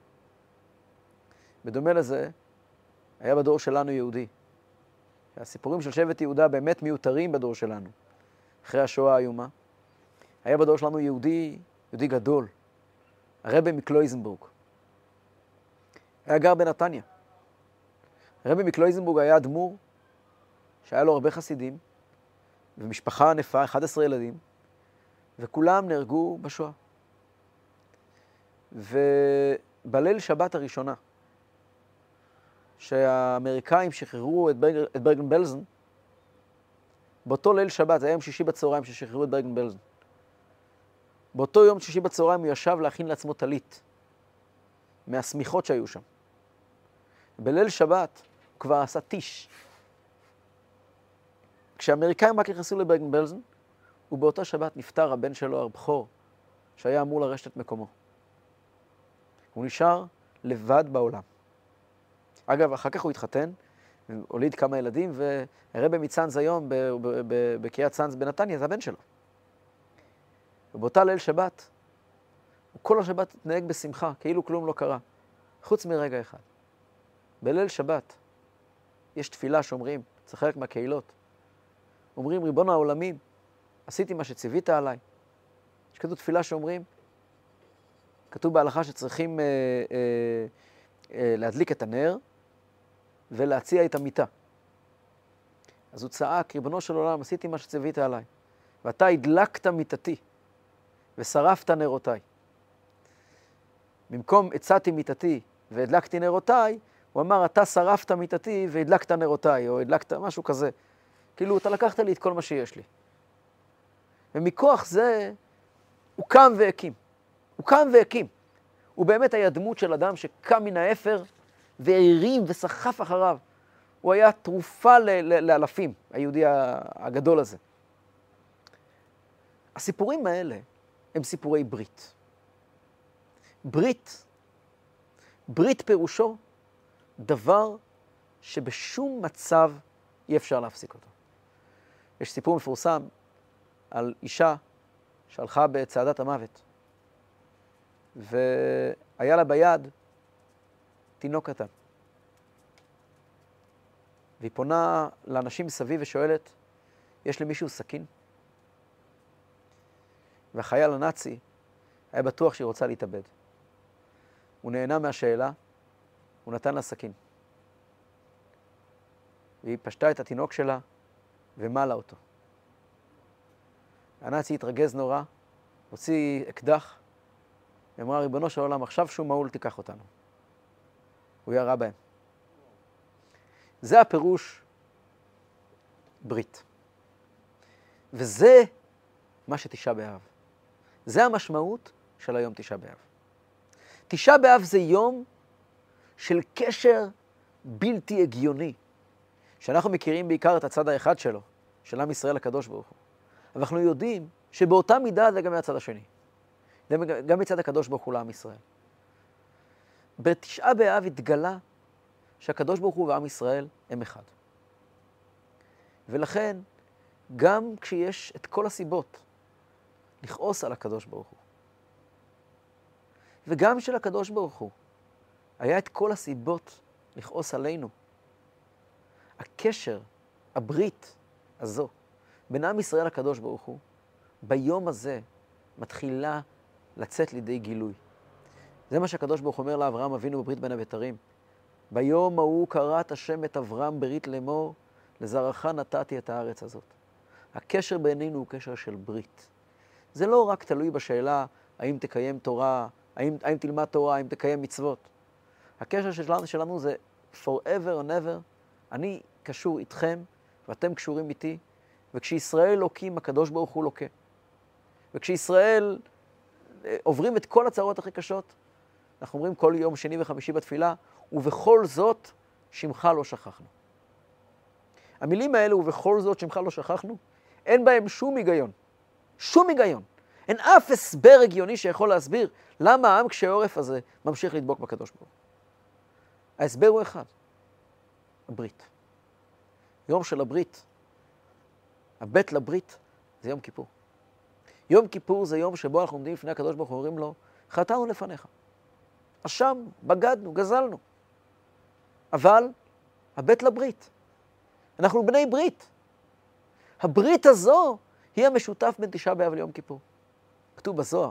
בדומה לזה, היה בדור שלנו יהודי. הסיפורים של שבט יהודה באמת מיותרים בדור שלנו. אחרי השואה האיומה. היה בדור שלנו יהודי, יהודי גדול. הרבי מקלויזנבורג. היה גר בנתניה. הרבי מקלויזנבורג היה אדמו"ר שהיה לו הרבה חסידים, ומשפחה ענפה, אחד עשר ילדים, וכולם נהרגו בשואה. ובליל שבת הראשונה, שהאמריקאים שחררו את, ברג... את ברגן בלזן, באותו ליל שבת, זה היה יום שישי בצהריים ששחררו את ברגן בלזן. באותו יום שישי בצהריים הוא ישב להכין לעצמו טלית, מהסמיכות שהיו שם. בליל שבת הוא כבר עשה טיש. כשהאמריקאים רק נכנסו לברגן בלזן, ובאותה שבת נפטר הבן שלו, הבכור, שהיה אמור לרשת את מקומו. הוא נשאר לבד בעולם. אגב, אחר כך הוא התחתן, הוליד כמה ילדים, והרבי מצאנז היום בקריית צאנז בנתניה, זה הבן שלו. ובאותה ליל שבת, הוא כל השבת התנהג בשמחה, כאילו כלום לא קרה, חוץ מרגע אחד. בליל שבת יש תפילה שאומרים, זה חלק מהקהילות, אומרים, ריבון העולמים, עשיתי מה שציווית עליי. יש כזו תפילה שאומרים, כתוב בהלכה שצריכים אה, אה, להדליק את הנר ולהציע את המיטה. אז הוא צעק, ריבונו של עולם, עשיתי מה שציווית עליי, ואתה הדלקת מיטתי ושרפת נרותיי. במקום הצעתי מיטתי והדלקתי נרותיי, הוא אמר, אתה שרפת מיטתי והדלקת נרותיי, או הדלקת משהו כזה. כאילו, אתה לקחת לי את כל מה שיש לי. ומכוח זה, הוא קם והקים. הוא קם והקים. הוא באמת היה דמות של אדם שקם מן האפר, והרים וסחף אחריו. הוא היה תרופה ל- ל- לאלפים, היהודי הגדול הזה. הסיפורים האלה הם סיפורי ברית. ברית, ברית פירושו, דבר שבשום מצב אי אפשר להפסיק אותו. יש סיפור מפורסם על אישה שהלכה בצעדת המוות, והיה לה ביד תינוק קטן. והיא פונה לאנשים מסביב ושואלת, יש למישהו סכין? והחייל הנאצי היה בטוח שהיא רוצה להתאבד. הוא נהנה מהשאלה, הוא נתן לה סכין. והיא פשטה את התינוק שלה ומלה אותו. הנאצי התרגז נורא, הוציא אקדח, ואמרה, ריבונו של עולם, עכשיו שום מעול תיקח אותנו. הוא ירה בהם. זה הפירוש ברית. וזה מה שתשעה באב. זה המשמעות של היום תשעה באב. תשעה באב זה יום של קשר בלתי הגיוני, שאנחנו מכירים בעיקר את הצד האחד שלו, של עם ישראל הקדוש ברוך הוא. אבל אנחנו יודעים שבאותה מידה זה גם מהצד השני. גם מצד הקדוש ברוך הוא לעם ישראל. בתשעה באב התגלה שהקדוש ברוך הוא ועם ישראל הם אחד. ולכן, גם כשיש את כל הסיבות לכעוס על הקדוש ברוך הוא, וגם של הקדוש ברוך הוא, היה את כל הסיבות לכעוס עלינו, הקשר, הברית הזו, בין עם ישראל לקדוש ברוך הוא, ביום הזה מתחילה לצאת לידי גילוי. זה מה שהקדוש ברוך הוא אומר לאברהם אבינו בברית בין הבתרים. ביום ההוא קראת השם את אברהם ברית לאמור, לזרעך נתתי את הארץ הזאת. הקשר בינינו הוא קשר של ברית. זה לא רק תלוי בשאלה האם תקיים תורה, האם, האם תלמד תורה, האם תקיים מצוות. הקשר שלנו, שלנו זה forever and ever. אני קשור איתכם ואתם קשורים איתי, וכשישראל לוקים, הקדוש ברוך הוא לוקה. וכשישראל עוברים את כל הצרות הכי קשות, אנחנו אומרים כל יום שני וחמישי בתפילה, ובכל זאת שמך לא שכחנו. המילים האלה, ובכל זאת שמך לא שכחנו, אין בהם שום היגיון. שום היגיון. אין אף הסבר הגיוני שיכול להסביר למה העם קשה העורף הזה ממשיך לדבוק בקדוש ברוך הוא. ההסבר הוא אחד. הברית. יום של הברית. הבית לברית זה יום כיפור. יום כיפור זה יום שבו אנחנו עומדים לפני הקדוש ברוך הוא, אומרים לו, חטאנו לפניך. אשם, בגדנו, גזלנו. אבל הבית לברית. אנחנו בני ברית. הברית הזו היא המשותף בין תשעה באב ליום כיפור. כתוב בזוהר,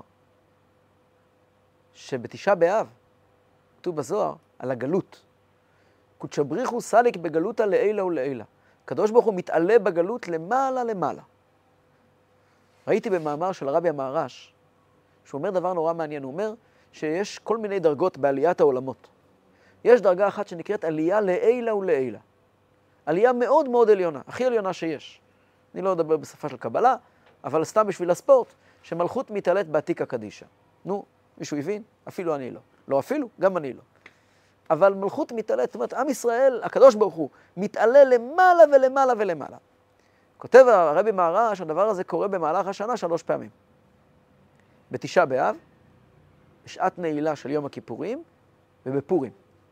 שבתשעה באב, כתוב בזוהר על הגלות. קודשא בריחו סליק בגלותא לעילא ולעילא. הקדוש ברוך הוא מתעלה בגלות למעלה למעלה. ראיתי במאמר של הרבי המהר"ש, שהוא אומר דבר נורא מעניין. הוא אומר שיש כל מיני דרגות בעליית העולמות. יש דרגה אחת שנקראת עלייה לעילא ולעילא. עלייה מאוד מאוד עליונה, הכי עליונה שיש. אני לא אדבר בשפה של קבלה, אבל סתם בשביל הספורט, שמלכות מתעלית בעתיקא קדישא. נו, מישהו הבין? אפילו אני לא. לא אפילו, גם אני לא. אבל מלכות מתעלית, זאת אומרת, עם ישראל, הקדוש ברוך הוא, מתעלה למעלה ולמעלה ולמעלה. כותב הרבי מהר"ש, הדבר הזה קורה במהלך השנה שלוש פעמים. בתשעה באב, בשעת נעילה של יום הכיפורים, ובפורים.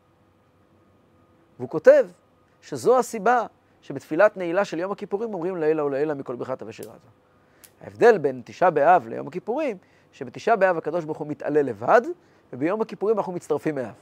והוא כותב שזו הסיבה שבתפילת נעילה של יום הכיפורים אומרים לעילא ולעילא מכל ברכתא ושירה זו. ההבדל בין תשעה באב ליום הכיפורים, שבתשעה באב הקדוש ברוך הוא מתעלה לבד, וביום הכיפורים אנחנו מצטרפים אליו.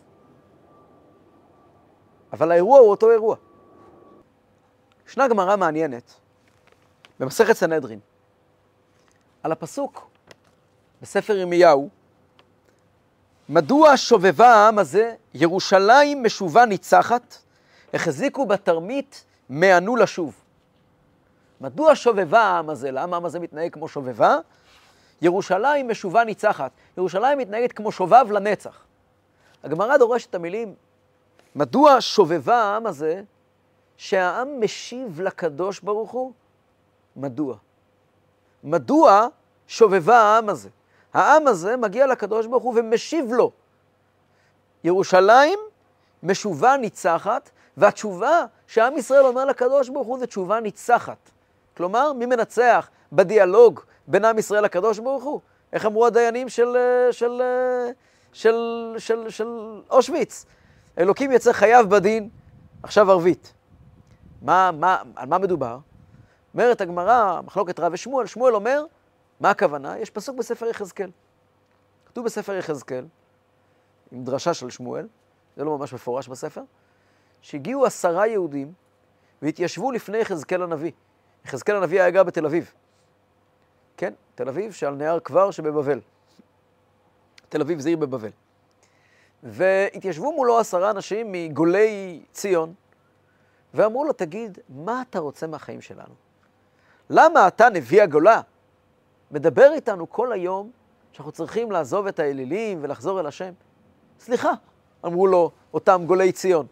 אבל האירוע הוא אותו אירוע. ישנה גמרא מעניינת במסכת סנהדרין על הפסוק בספר ירמיהו, מדוע שובבה העם הזה, ירושלים משובה ניצחת, החזיקו בתרמית מענו לשוב. מדוע שובבה העם הזה? למה העם הזה מתנהג כמו שובבה? ירושלים משובה ניצחת. ירושלים מתנהגת כמו שובב לנצח. הגמרא דורשת את המילים, מדוע שובבה העם הזה, שהעם משיב לקדוש ברוך הוא? מדוע? מדוע שובבה העם הזה? העם הזה מגיע לקדוש ברוך הוא ומשיב לו. ירושלים משובה ניצחת, והתשובה שעם ישראל אומר לקדוש ברוך הוא זה תשובה ניצחת. כלומר, מי מנצח בדיאלוג בין עם ישראל לקדוש ברוך הוא? איך אמרו הדיינים של, של, של, של, של אושוויץ? אלוקים יצא חייב בדין, עכשיו ערבית. מה, מה, על מה מדובר? אומרת הגמרא, מחלוקת רב ושמואל, שמואל אומר, מה הכוונה? יש פסוק בספר יחזקאל. כתוב בספר יחזקאל, עם דרשה של שמואל, זה לא ממש מפורש בספר, שהגיעו עשרה יהודים והתיישבו לפני יחזקאל הנביא. יחזקאל הנביא היה גר בתל אביב. כן, תל אביב שעל נהר כבר שבבבל. תל אביב זה עיר בבבל. והתיישבו מולו עשרה אנשים מגולי ציון, ואמרו לו, תגיד, מה אתה רוצה מהחיים שלנו? למה אתה נביא הגולה? מדבר איתנו כל היום שאנחנו צריכים לעזוב את האלילים ולחזור אל השם. סליחה, אמרו לו אותם גולי ציון.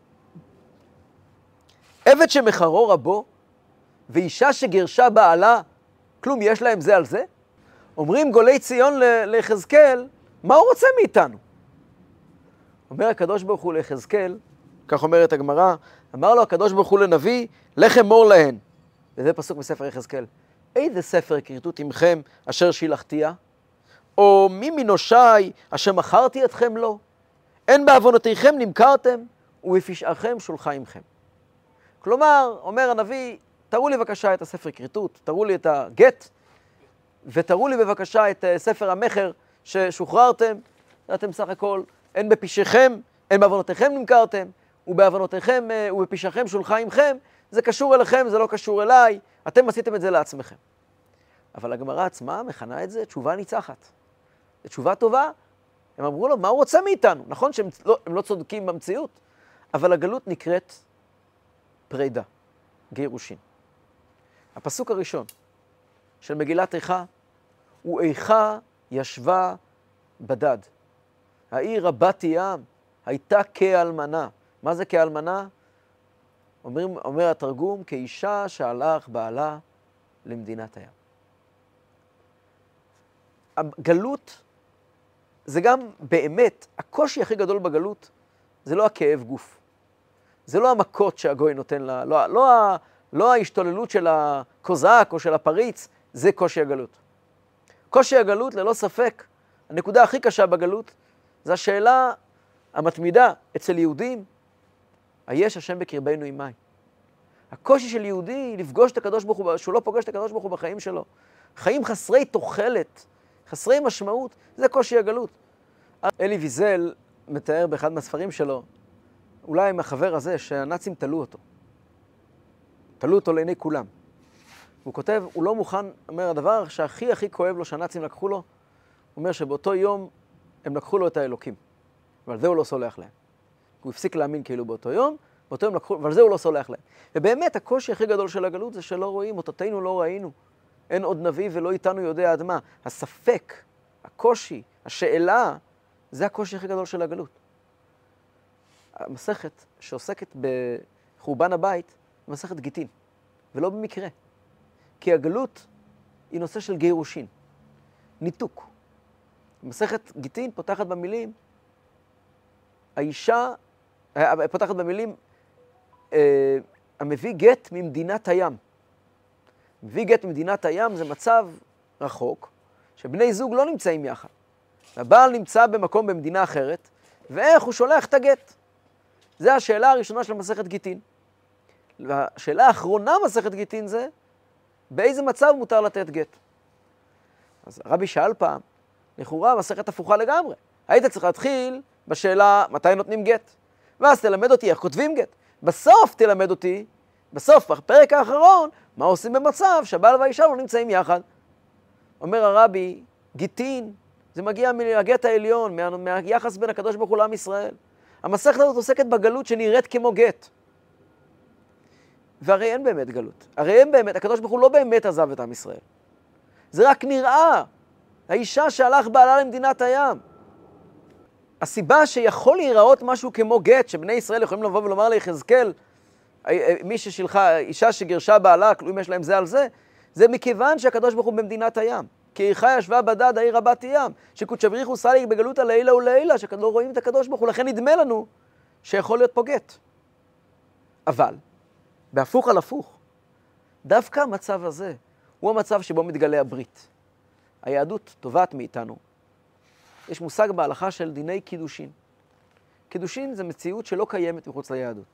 עבד שמחרו רבו, ואישה שגרשה בעלה, כלום יש להם זה על זה? אומרים גולי ציון ליחזקאל, מה הוא רוצה מאיתנו? אומר הקדוש ברוך הוא ליחזקאל, כך אומרת הגמרא, אמר לו הקדוש ברוך הוא לנביא, לך אמור להן. וזה פסוק מספר יחזקאל. איזה ספר כריתות עמכם אשר שילחתיה? או מי מנושי אשר מכרתי אתכם לו? אין בעוונותיכם נמכרתם, ובפשעכם שולחה עמכם. כלומר, אומר הנביא, תראו לי בבקשה את הספר כריתות, תראו לי את הגט, ותראו לי בבקשה את ספר המחר ששוחררתם, ואתם סך הכל, אין בפשעכם, אין בעוונותיכם נמכרתם, ובעוונותיכם ובפשעכם שולחה עמכם, זה קשור אליכם, זה לא קשור אליי, אתם עשיתם את זה לעצמכם. אבל הגמרא עצמה מכנה את זה תשובה ניצחת. זו תשובה טובה. הם אמרו לו, מה הוא רוצה מאיתנו? נכון שהם לא, הם לא צודקים במציאות, אבל הגלות נקראת פרידה, גירושין. הפסוק הראשון של מגילת איכה, הוא איכה ישבה בדד. העיר רבת ים הייתה כאלמנה. מה זה כאלמנה? אומר, אומר התרגום, כאישה שהלך בעלה למדינת הים. הגלות זה גם באמת, הקושי הכי גדול בגלות זה לא הכאב גוף. זה לא המכות שהגוי נותן לה, לא, לא, לא ההשתוללות של הקוזק או של הפריץ, זה קושי הגלות. קושי הגלות ללא ספק, הנקודה הכי קשה בגלות, זה השאלה המתמידה אצל יהודים, היש השם בקרבנו עמי. הקושי של יהודי לפגוש את הקדוש ברוך הוא, שהוא לא פוגש את הקדוש ברוך הוא בחיים שלו. חיים חסרי תוחלת, חסרי משמעות, זה קושי הגלות. אלי ויזל מתאר באחד מהספרים שלו, אולי עם החבר הזה, שהנאצים תלו אותו. תלו אותו לעיני כולם. הוא כותב, הוא לא מוכן, אומר, הדבר שהכי הכי כואב לו שהנאצים לקחו לו, הוא אומר שבאותו יום הם לקחו לו את האלוקים. ועל זה הוא לא סולח להם. הוא הפסיק להאמין כאילו באותו יום, באותו יום לקחו, ועל זה הוא לא סולח להם. ובאמת, הקושי הכי גדול של הגלות זה שלא רואים, אותתנו לא ראינו. אין עוד נביא ולא איתנו יודע עד מה. הספק, הקושי, השאלה, זה הקושי הכי גדול של הגלות. המסכת שעוסקת בחורבן הבית, היא מסכת גיטין, ולא במקרה. כי הגלות היא נושא של גירושין, ניתוק. מסכת גיטין פותחת במילים, האישה, פותחת במילים, אה, המביא גט ממדינת הים. מביא גט ממדינת הים זה מצב רחוק, שבני זוג לא נמצאים יחד. הבעל נמצא במקום במדינה אחרת, ואיך הוא שולח את הגט. זו השאלה הראשונה של מסכת גיטין. והשאלה האחרונה מסכת גיטין זה, באיזה מצב מותר לתת גט? אז הרבי שאל פעם, לכאורה מסכת הפוכה לגמרי. היית צריך להתחיל בשאלה מתי נותנים גט, ואז תלמד אותי איך כותבים גט. בסוף תלמד אותי, בסוף, בפרק האחרון, מה עושים במצב שהבעל והאישה לא נמצאים יחד. אומר הרבי, גיטין זה מגיע מהגט העליון, מה, מהיחס בין הקדוש ברוך הוא לעם ישראל. המסכת הזאת עוסקת בגלות שנראית כמו גט. והרי אין באמת גלות. הרי אין באמת, הקדוש ברוך הוא לא באמת עזב את עם ישראל. זה רק נראה. האישה שהלך בעלה למדינת הים. הסיבה שיכול להיראות משהו כמו גט, שבני ישראל יכולים לבוא ולומר ליחזקאל, מי ששלחה, אישה שגירשה בעלה, כלום יש להם זה על זה, זה מכיוון שהקדוש ברוך הוא במדינת הים. כי איכה ישבה בדד העיר רבת ים, שקודשא בריך הוא סליק בגלות הלילה וללילה, שלא רואים את הקדוש ברוך הוא, לכן נדמה לנו שיכול להיות פה גט. אבל, בהפוך על הפוך, דווקא המצב הזה הוא המצב שבו מתגלה הברית. היהדות תובעת מאיתנו. יש מושג בהלכה של דיני קידושין. קידושין זה מציאות שלא קיימת מחוץ ליהדות.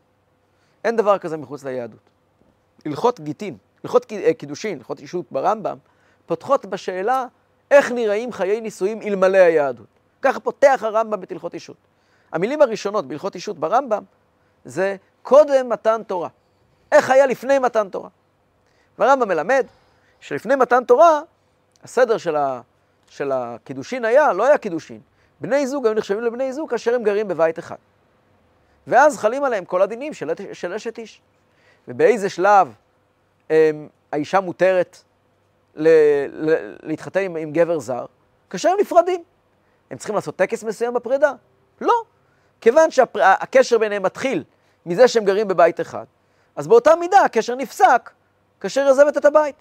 אין דבר כזה מחוץ ליהדות. הלכות גיטין, הלכות קידושין, הלכות אישות ברמב"ם, פותחות בשאלה איך נראים חיי נישואים אלמלא היהדות. ככה פותח הרמב"ם את הלכות אישות. המילים הראשונות בהלכות אישות ברמב"ם זה קודם מתן תורה. איך היה לפני מתן תורה? והרמב"ם מלמד שלפני מתן תורה, הסדר של, ה, של הקידושין היה, לא היה קידושין. בני זוג היו נחשבים לבני זוג כאשר הם גרים בבית אחד. ואז חלים עליהם כל הדינים של, של אשת איש. ובאיזה שלב הם, האישה מותרת ל, ל, להתחתן עם, עם גבר זר, כאשר הם נפרדים. הם צריכים לעשות טקס מסוים בפרידה? לא. כיוון שהקשר ביניהם מתחיל מזה שהם גרים בבית אחד, אז באותה מידה הקשר נפסק כאשר עזבת את הבית.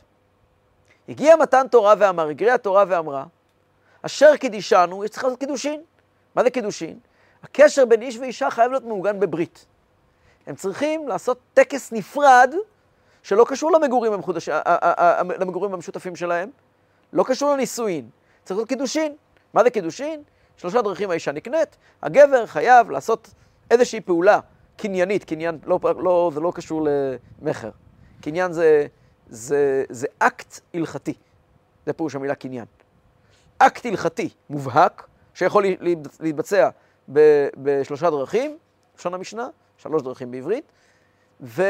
הגיע מתן תורה ואמר, הגריעה תורה ואמרה, אשר קידישנו, יש צריך לעשות קידושין. מה זה קידושין? הקשר בין איש ואישה חייב להיות מעוגן בברית. הם צריכים לעשות טקס נפרד, שלא קשור למגורים, המחודש... למגורים המשותפים שלהם, לא קשור לנישואין. צריך לעשות קידושין. מה זה קידושין? שלושה דרכים האישה נקנית, הגבר חייב לעשות איזושהי פעולה קניינית, קניין, לא, לא, זה לא קשור למחר. קניין זה, זה, זה אקט הלכתי. זה פירוש המילה קניין. אקט הלכתי מובהק, שיכול להתבצע ב, בשלושה דרכים, לשון המשנה, שלוש דרכים בעברית, ו,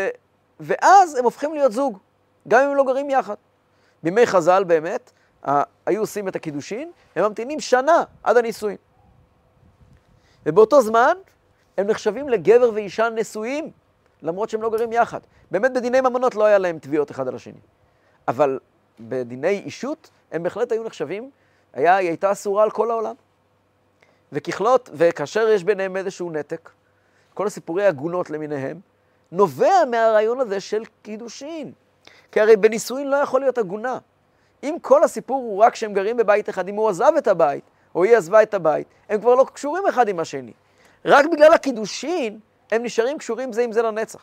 ואז הם הופכים להיות זוג, גם אם הם לא גרים יחד. בימי חז"ל באמת, היו עושים את הקידושין, הם ממתינים שנה עד הנישואין. ובאותו זמן, הם נחשבים לגבר ואישה נשואים, למרות שהם לא גרים יחד. באמת בדיני ממונות לא היה להם תביעות אחד על השני. אבל בדיני אישות, הם בהחלט היו נחשבים, היה, היא הייתה אסורה על כל העולם. וככלות, וכאשר יש ביניהם איזשהו נתק, כל הסיפורי הגונות למיניהם, נובע מהרעיון הזה של קידושין. כי הרי בנישואין לא יכול להיות הגונה. אם כל הסיפור הוא רק שהם גרים בבית אחד, אם הוא עזב את הבית, או היא עזבה את הבית, הם כבר לא קשורים אחד עם השני. רק בגלל הקידושין, הם נשארים קשורים זה עם זה לנצח.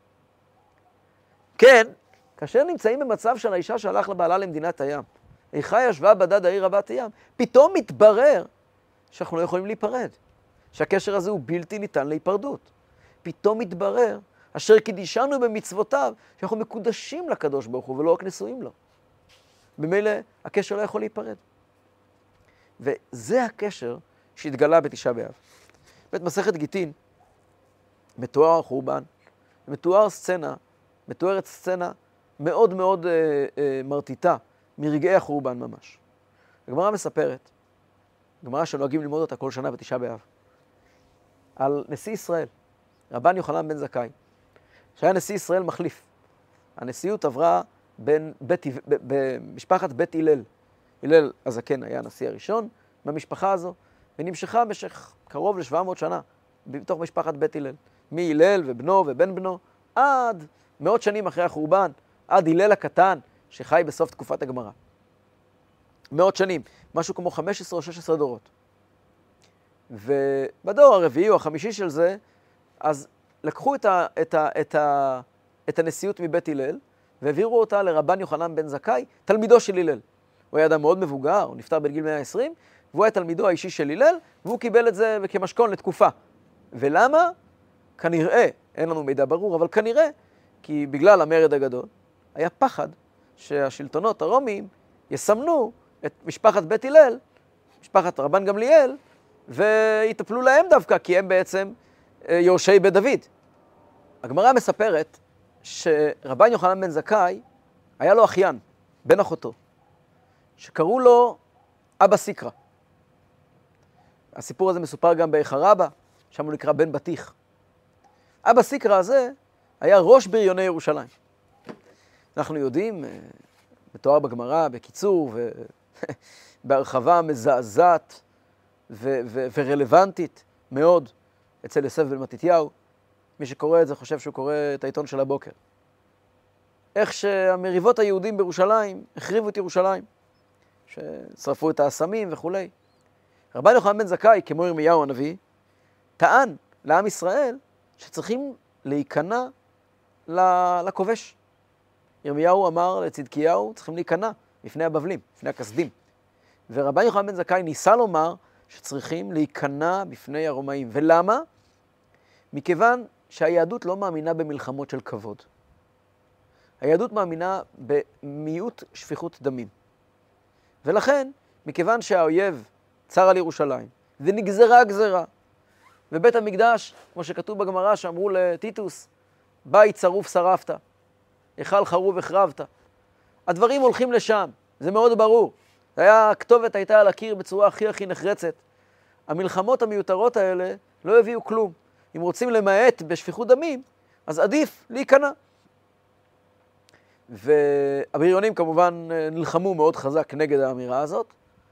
כן, כאשר נמצאים במצב של האישה שהלך לבעלה למדינת הים, איכה ישבה בדד העיר רבת ים, פתאום מתברר שאנחנו לא יכולים להיפרד, שהקשר הזה הוא בלתי ניתן להיפרדות. פתאום מתברר, אשר קידישנו במצוותיו, שאנחנו מקודשים לקדוש ברוך הוא ולא רק נשואים לו. במילא הקשר לא יכול להיפרד. וזה הקשר שהתגלה בתשעה באב. בית מסכת גיטין, מתואר החורבן, מתואר סצנה, מתוארת סצנה מאוד מאוד אה, אה, מרטיטה מרגעי החורבן ממש. הגמרא מספרת, הגמרא שנוהגים ללמוד אותה כל שנה בתשעה באב, על נשיא ישראל, רבן יוחנן בן זכאי, שהיה נשיא ישראל מחליף. הנשיאות עברה בין בית, במשפחת בית הלל. הלל הזקן היה הנשיא הראשון במשפחה הזו, ונמשכה במשך קרוב ל-שבע מאות שנה בתוך משפחת בית הלל. מהלל ובנו ובן בנו, עד מאות שנים אחרי החורבן, עד הלל הקטן שחי בסוף תקופת הגמרא. מאות שנים, משהו כמו חמש עשרה או שש עשרה דורות. ובדור הרביעי או החמישי של זה, אז לקחו את, ה, את, ה, את, ה, את הנשיאות מבית הלל, והעבירו אותה לרבן יוחנן בן זכאי, תלמידו של הלל. הוא היה אדם מאוד מבוגר, הוא נפטר בגיל מאה ועשרים, והוא היה תלמידו האישי של הלל, והוא קיבל את זה כמשכון לתקופה. ולמה? כנראה, אין לנו מידע ברור, אבל כנראה, כי בגלל המרד הגדול, היה פחד שהשלטונות הרומיים יסמנו את משפחת בית הלל, משפחת רבן גמליאל, ויטפלו להם דווקא, כי הם בעצם יורשי בית דוד. הגמרא מספרת שרבן יוחנן בן זכאי, היה לו אחיין, בן אחותו, שקראו לו אבא סיקרא. הסיפור הזה מסופר גם באיכה רבא, שם הוא נקרא בן בטיח. אבא סיקרא הזה היה ראש בריוני ירושלים. אנחנו יודעים, מתואר בגמרא, בקיצור, ובהרחבה מזעזעת ו- ו- ורלוונטית מאוד אצל יוסף בן מתתיהו. מי שקורא את זה חושב שהוא קורא את העיתון של הבוקר. איך שהמריבות היהודים בירושלים החריבו את ירושלים, ששרפו את האסמים וכו'. רבן יוחנן בן זכאי, כמו ירמיהו הנביא, טען לעם ישראל שצריכים להיכנע לכובש. ירמיהו אמר לצדקיהו, צריכים להיכנע בפני הבבלים, בפני הכסדים. ורבן יוחנן בן זכאי ניסה לומר שצריכים להיכנע בפני הרומאים. ולמה? מכיוון שהיהדות לא מאמינה במלחמות של כבוד. היהדות מאמינה במיעוט שפיכות דמים. ולכן, מכיוון שהאויב צר על ירושלים, ונגזרה גזרה, ובית המקדש, כמו שכתוב בגמרא, שאמרו לטיטוס, בית שרוף שרפת, היכל חרוב החרבת. הדברים הולכים לשם, זה מאוד ברור. הכתובת הייתה על הקיר בצורה הכי הכי נחרצת. המלחמות המיותרות האלה לא הביאו כלום. אם רוצים למעט בשפיכות דמים, אז עדיף להיכנע. והבריונים כמובן נלחמו מאוד חזק נגד האמירה הזאת,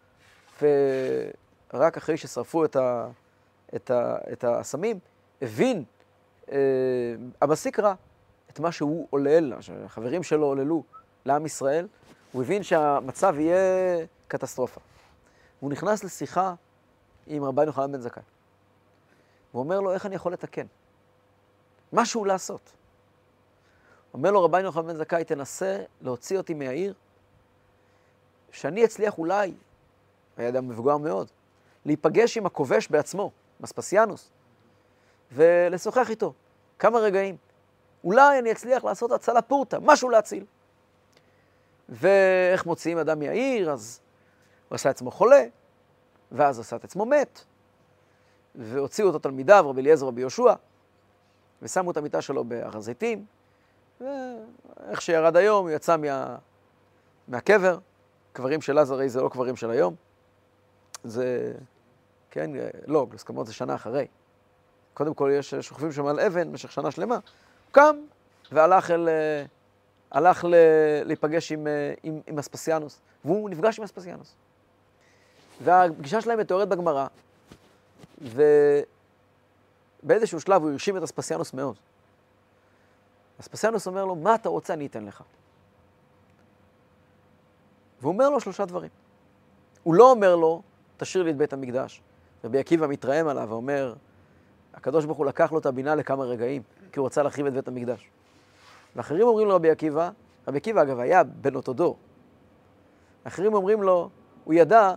ורק אחרי ששרפו את, ה, את, ה, את הסמים, הבין אה, אבא סיקרא את מה שהוא עולל, שהחברים שלו עוללו לעם ישראל, הוא הבין שהמצב יהיה קטסטרופה. הוא נכנס לשיחה עם רבן יוחנן בן זכאי. הוא אומר לו, איך אני יכול לתקן? משהו לעשות. אומר לו רבן יוחנן בן זכאי, תנסה להוציא אותי מהעיר, שאני אצליח אולי, היה אדם מבוגר מאוד, להיפגש עם הכובש בעצמו, מספסיאנוס, ולשוחח איתו כמה רגעים. אולי אני אצליח לעשות הצלה פורטה, משהו להציל. ואיך מוציאים אדם מהעיר, אז הוא עשה עצמו חולה, ואז עשה את עצמו מת, והוציאו אותו תלמידיו, רבי אליעזר ורבי יהושע, ושמו את המיטה שלו בהר הזיתים, ואיך שירד היום, הוא יצא מה... מהקבר. קברים של אז הרי זה לא קברים של היום. זה, כן, לא, גלוסקמות זה שנה אחרי. קודם כל יש שוכבים שם על אבן במשך שנה שלמה. הוא קם והלך אל... הלך ל... להיפגש עם, עם, עם אספסיאנוס, והוא נפגש עם אספסיאנוס. והפגישה שלהם מתוארת בגמרא, ובאיזשהו שלב הוא הרשים את אספסיאנוס מאוד. אספסיאנוס אומר לו, מה אתה רוצה, אני אתן לך. והוא אומר לו שלושה דברים. הוא לא אומר לו, תשאיר לי את בית המקדש. רבי עקיבא מתרעם עליו ואומר, הקדוש ברוך הוא לקח לו את הבינה לכמה רגעים, כי הוא רצה להחריב את בית המקדש. ואחרים אומרים לו רבי עקיבא, רבי עקיבא אגב היה בן אותו דור. אחרים אומרים לו, הוא ידע,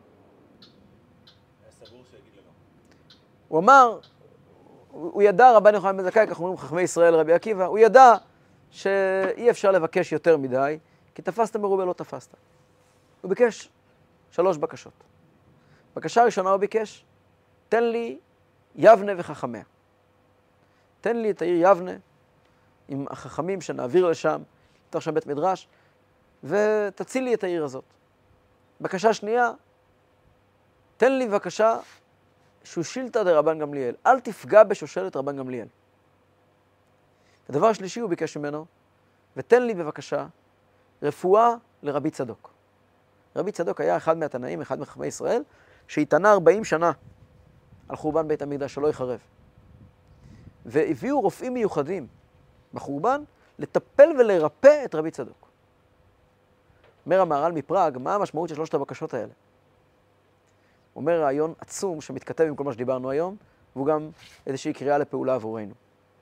הוא אמר, הוא ידע, רבן יוחנן בן זכאי, כך אומרים חכמי ישראל רבי עקיבא, הוא ידע שאי אפשר לבקש יותר מדי, כי תפסת מרובה לא תפסת. הוא ביקש שלוש בקשות. בקשה ראשונה הוא ביקש, תן לי יבנה וחכמיה. תן לי את העיר יבנה, עם החכמים שנעביר לשם, נפתח שם בית מדרש, ותציל לי את העיר הזאת. בקשה שנייה, תן לי בבקשה שושילתא דרבן גמליאל, אל תפגע בשושלת רבן גמליאל. הדבר השלישי הוא ביקש ממנו, ותן לי בבקשה רפואה לרבי צדוק. רבי צדוק היה אחד מהתנאים, אחד מחכמי ישראל, שהתענה ארבעים שנה על חורבן בית המקדש שלא יחרב. והביאו רופאים מיוחדים בחורבן לטפל ולרפא את רבי צדוק. אומר המהר"ל מפראג, מה המשמעות של שלושת הבקשות האלה? הוא אומר רעיון עצום שמתכתב עם כל מה שדיברנו היום, והוא גם איזושהי קריאה לפעולה עבורנו.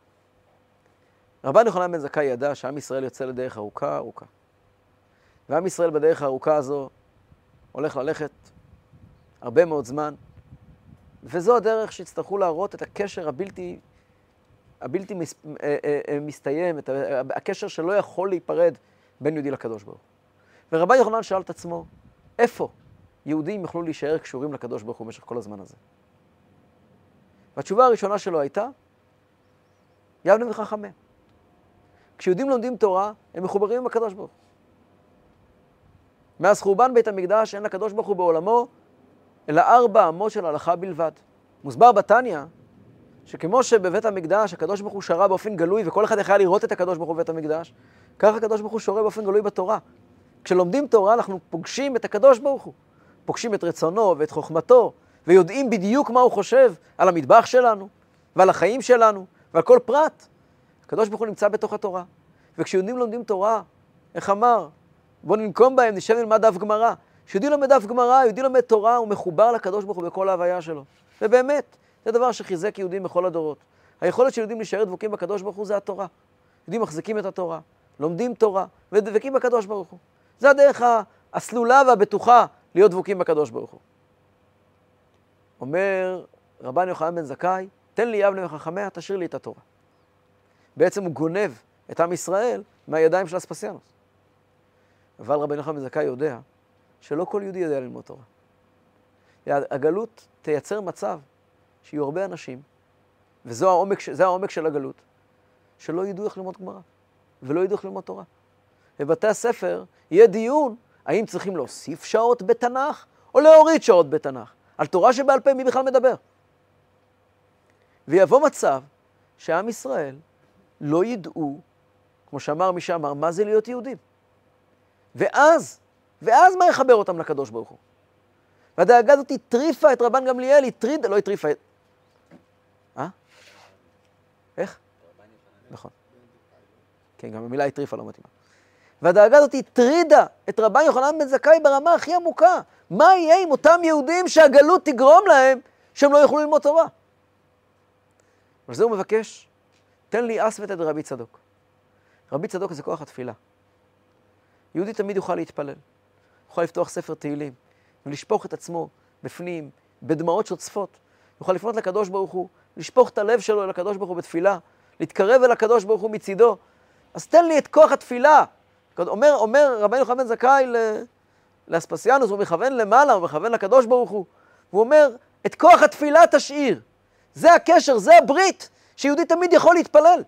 רבן יוחנן בן זכאי ידע שעם ישראל יוצא לדרך ארוכה ארוכה. ועם ישראל בדרך הארוכה הזו הולך ללכת הרבה מאוד זמן, וזו הדרך שיצטרכו להראות את הקשר הבלתי, הבלתי מס, אה, אה, מסתיים, את הקשר שלא יכול להיפרד בין יהודי לקדוש ברוך הוא. ורבן יוחנן שאל את עצמו, איפה יהודים יוכלו להישאר קשורים לקדוש ברוך הוא במשך כל הזמן הזה? והתשובה הראשונה שלו הייתה, יבנה וחכמיה. כשיהודים לומדים תורה, הם מחוברים עם הקדוש ברוך הוא. מאז חורבן בית המקדש אין לקדוש ברוך הוא בעולמו, אלא ארבע אמות של הלכה בלבד. מוסבר בתניא, שכמו שבבית המקדש הקדוש ברוך הוא שרה באופן גלוי, וכל אחד יכול לראות את הקדוש ברוך הוא בבית המקדש, כך הקדוש ברוך הוא שורה באופן גלוי בתורה. כשלומדים תורה אנחנו פוגשים את הקדוש ברוך הוא, פוגשים את רצונו ואת חוכמתו, ויודעים בדיוק מה הוא חושב על המטבח שלנו, ועל החיים שלנו, ועל כל פרט. הקדוש ברוך הוא נמצא בתוך התורה. וכשיהודים לומדים תורה, איך אמר? בואו ננקום בהם, נשב נלמד דף גמרא. כשיהודי לומד דף גמרא, יהודי לומד תורה, הוא מחובר לקדוש ברוך הוא בכל ההוויה שלו. ובאמת, זה דבר שחיזק יהודים בכל הדורות. היכולת של יהודים להישאר דבוקים בקדוש ברוך הוא זה התורה. יהודים מחזיקים את התורה, לומדים תורה, ודבקים בקדוש ברוך הוא. זה הדרך הסלולה והבטוחה להיות דבוקים בקדוש ברוך הוא. אומר רבן יוחנן בן זכאי, תן לי יבנה וחכמיה, תשאיר לי את התורה. בעצם הוא גונב את עם ישראל מהידיים של אספסיאנוס. אבל רבן יוחנן בן זכאי יודע שלא כל יהודי יודע ללמוד תורה. הגלות תייצר מצב שיהיו הרבה אנשים, וזה העומק, זה העומק של הגלות, שלא ידעו איך ללמוד גמרא, ולא ידעו איך ללמוד תורה. בבתי הספר יהיה דיון, האם צריכים להוסיף שעות בתנ"ך, או להוריד שעות בתנ"ך. על תורה שבעל פה מי בכלל מדבר. ויבוא מצב שעם ישראל לא ידעו, כמו שאמר מי שאמר, מה זה להיות יהודים. ואז, ואז מה יחבר אותם לקדוש ברוך הוא? והדאגה הזאת הטריפה את רבן גמליאל, הטרידה, לא הטריפה את... אה? איך? נכון. כן, גם המילה הטריפה לא מתאימה. והדאגה הזאת הטרידה את רבן יוחנן בן זכאי ברמה הכי עמוקה. מה יהיה עם אותם יהודים שהגלות תגרום להם שהם לא יוכלו ללמוד תורה? אבל זה הוא מבקש, תן לי אסוות את רבי צדוק. רבי צדוק זה כוח התפילה. יהודי תמיד יוכל להתפלל. יוכל לפתוח ספר תהילים, ולשפוך את עצמו בפנים, בדמעות שוצפות. יוכל לפנות לקדוש ברוך הוא, לשפוך את הלב שלו אל הקדוש ברוך הוא בתפילה, להתקרב אל הקדוש ברוך הוא מצידו. אז תן לי את כוח התפילה. אומר, אומר רבי יוחנן בן זכאי ל... לאספסיאנוס, הוא מכוון למעלה, הוא מכוון לקדוש ברוך הוא. הוא אומר, את כוח התפילה תשאיר. זה הקשר, זה הברית, שיהודי תמיד יכול להתפלל.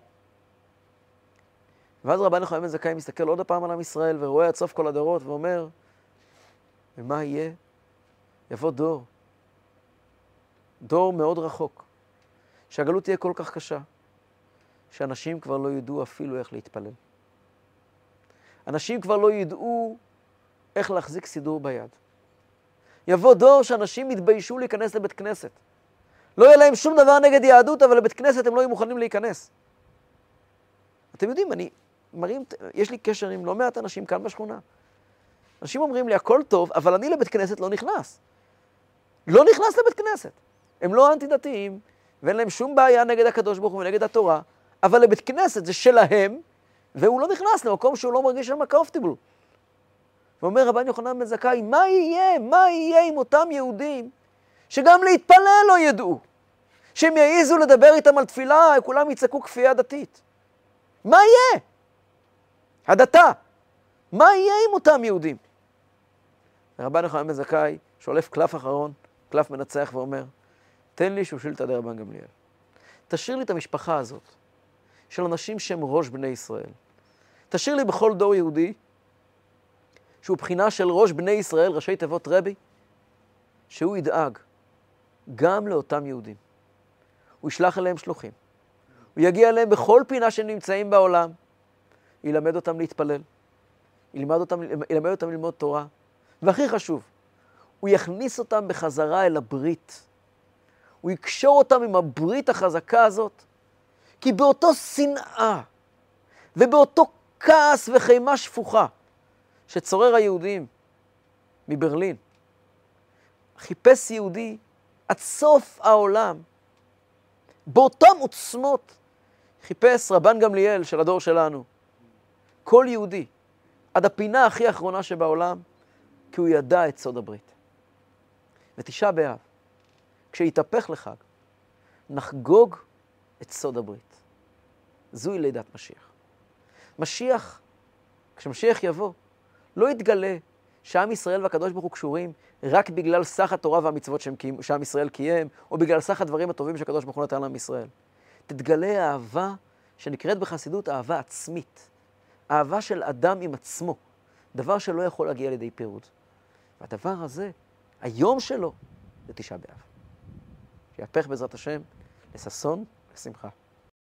ואז רבן יוחנן בן זכאי מסתכל עוד הפעם על עם ישראל, ורואה עד סוף כל הדורות, ואומר, ומה יהיה? יבוא דור. דור מאוד רחוק. שהגלות תהיה כל כך קשה, שאנשים כבר לא ידעו אפילו איך להתפלל. אנשים כבר לא ידעו איך להחזיק סידור ביד. יבוא דור שאנשים יתביישו להיכנס לבית כנסת. לא יהיה להם שום דבר נגד יהדות, אבל לבית כנסת הם לא יהיו מוכנים להיכנס. אתם יודעים, אני מרים, יש לי קשר עם לא מעט אנשים כאן בשכונה. אנשים אומרים לי, הכל טוב, אבל אני לבית כנסת לא נכנס. לא נכנס לבית כנסת. הם לא אנטי-דתיים, ואין להם שום בעיה נגד הקדוש ברוך הוא ונגד התורה, אבל לבית כנסת זה שלהם, והוא לא נכנס למקום שהוא לא מרגיש שם comfortable. ואומר רבן יוחנן בן זכאי, מה יהיה? מה יהיה עם אותם יהודים שגם להתפלל לא ידעו? שהם יעיזו לדבר איתם על תפילה, כולם יצעקו כפייה דתית. מה יהיה? הדתה. מה יהיה עם אותם יהודים? רבן יוחנן בן זכאי שולף קלף אחרון, קלף מנצח ואומר, תן לי שושלתא דרבן גמליאל. תשאיר לי את המשפחה הזאת של אנשים שהם ראש בני ישראל. תשאיר לי בכל דור יהודי שהוא בחינה של ראש בני ישראל, ראשי תיבות רבי, שהוא ידאג גם לאותם יהודים. הוא ישלח אליהם שלוחים. הוא יגיע אליהם בכל פינה שהם נמצאים בעולם. ילמד אותם להתפלל. ילמד אותם, ילמד אותם ללמוד תורה. והכי חשוב, הוא יכניס אותם בחזרה אל הברית. הוא יקשור אותם עם הברית החזקה הזאת. כי באותו שנאה ובאותו כעס וחימה שפוכה שצורר היהודים מברלין, חיפש יהודי עד סוף העולם, באותם עוצמות חיפש רבן גמליאל של הדור שלנו, כל יהודי, עד הפינה הכי אחרונה שבעולם, כי הוא ידע את סוד הברית. ותשעה באב, כשיתהפך לחג, נחגוג את סוד הברית. זוהי לידת משיח. משיח, כשמשיח יבוא, לא יתגלה שעם ישראל והקדוש ברוך הוא קשורים רק בגלל סך התורה והמצוות שעם ישראל קיים, או בגלל סך הדברים הטובים שהקדוש ברוך הוא נתן לעם ישראל. תתגלה אהבה שנקראת בחסידות אהבה עצמית. אהבה של אדם עם עצמו. דבר שלא יכול להגיע לידי פירוד. והדבר הזה, היום שלו, זה תשעה באב. שיהפך בעזרת השם לששון ושמחה.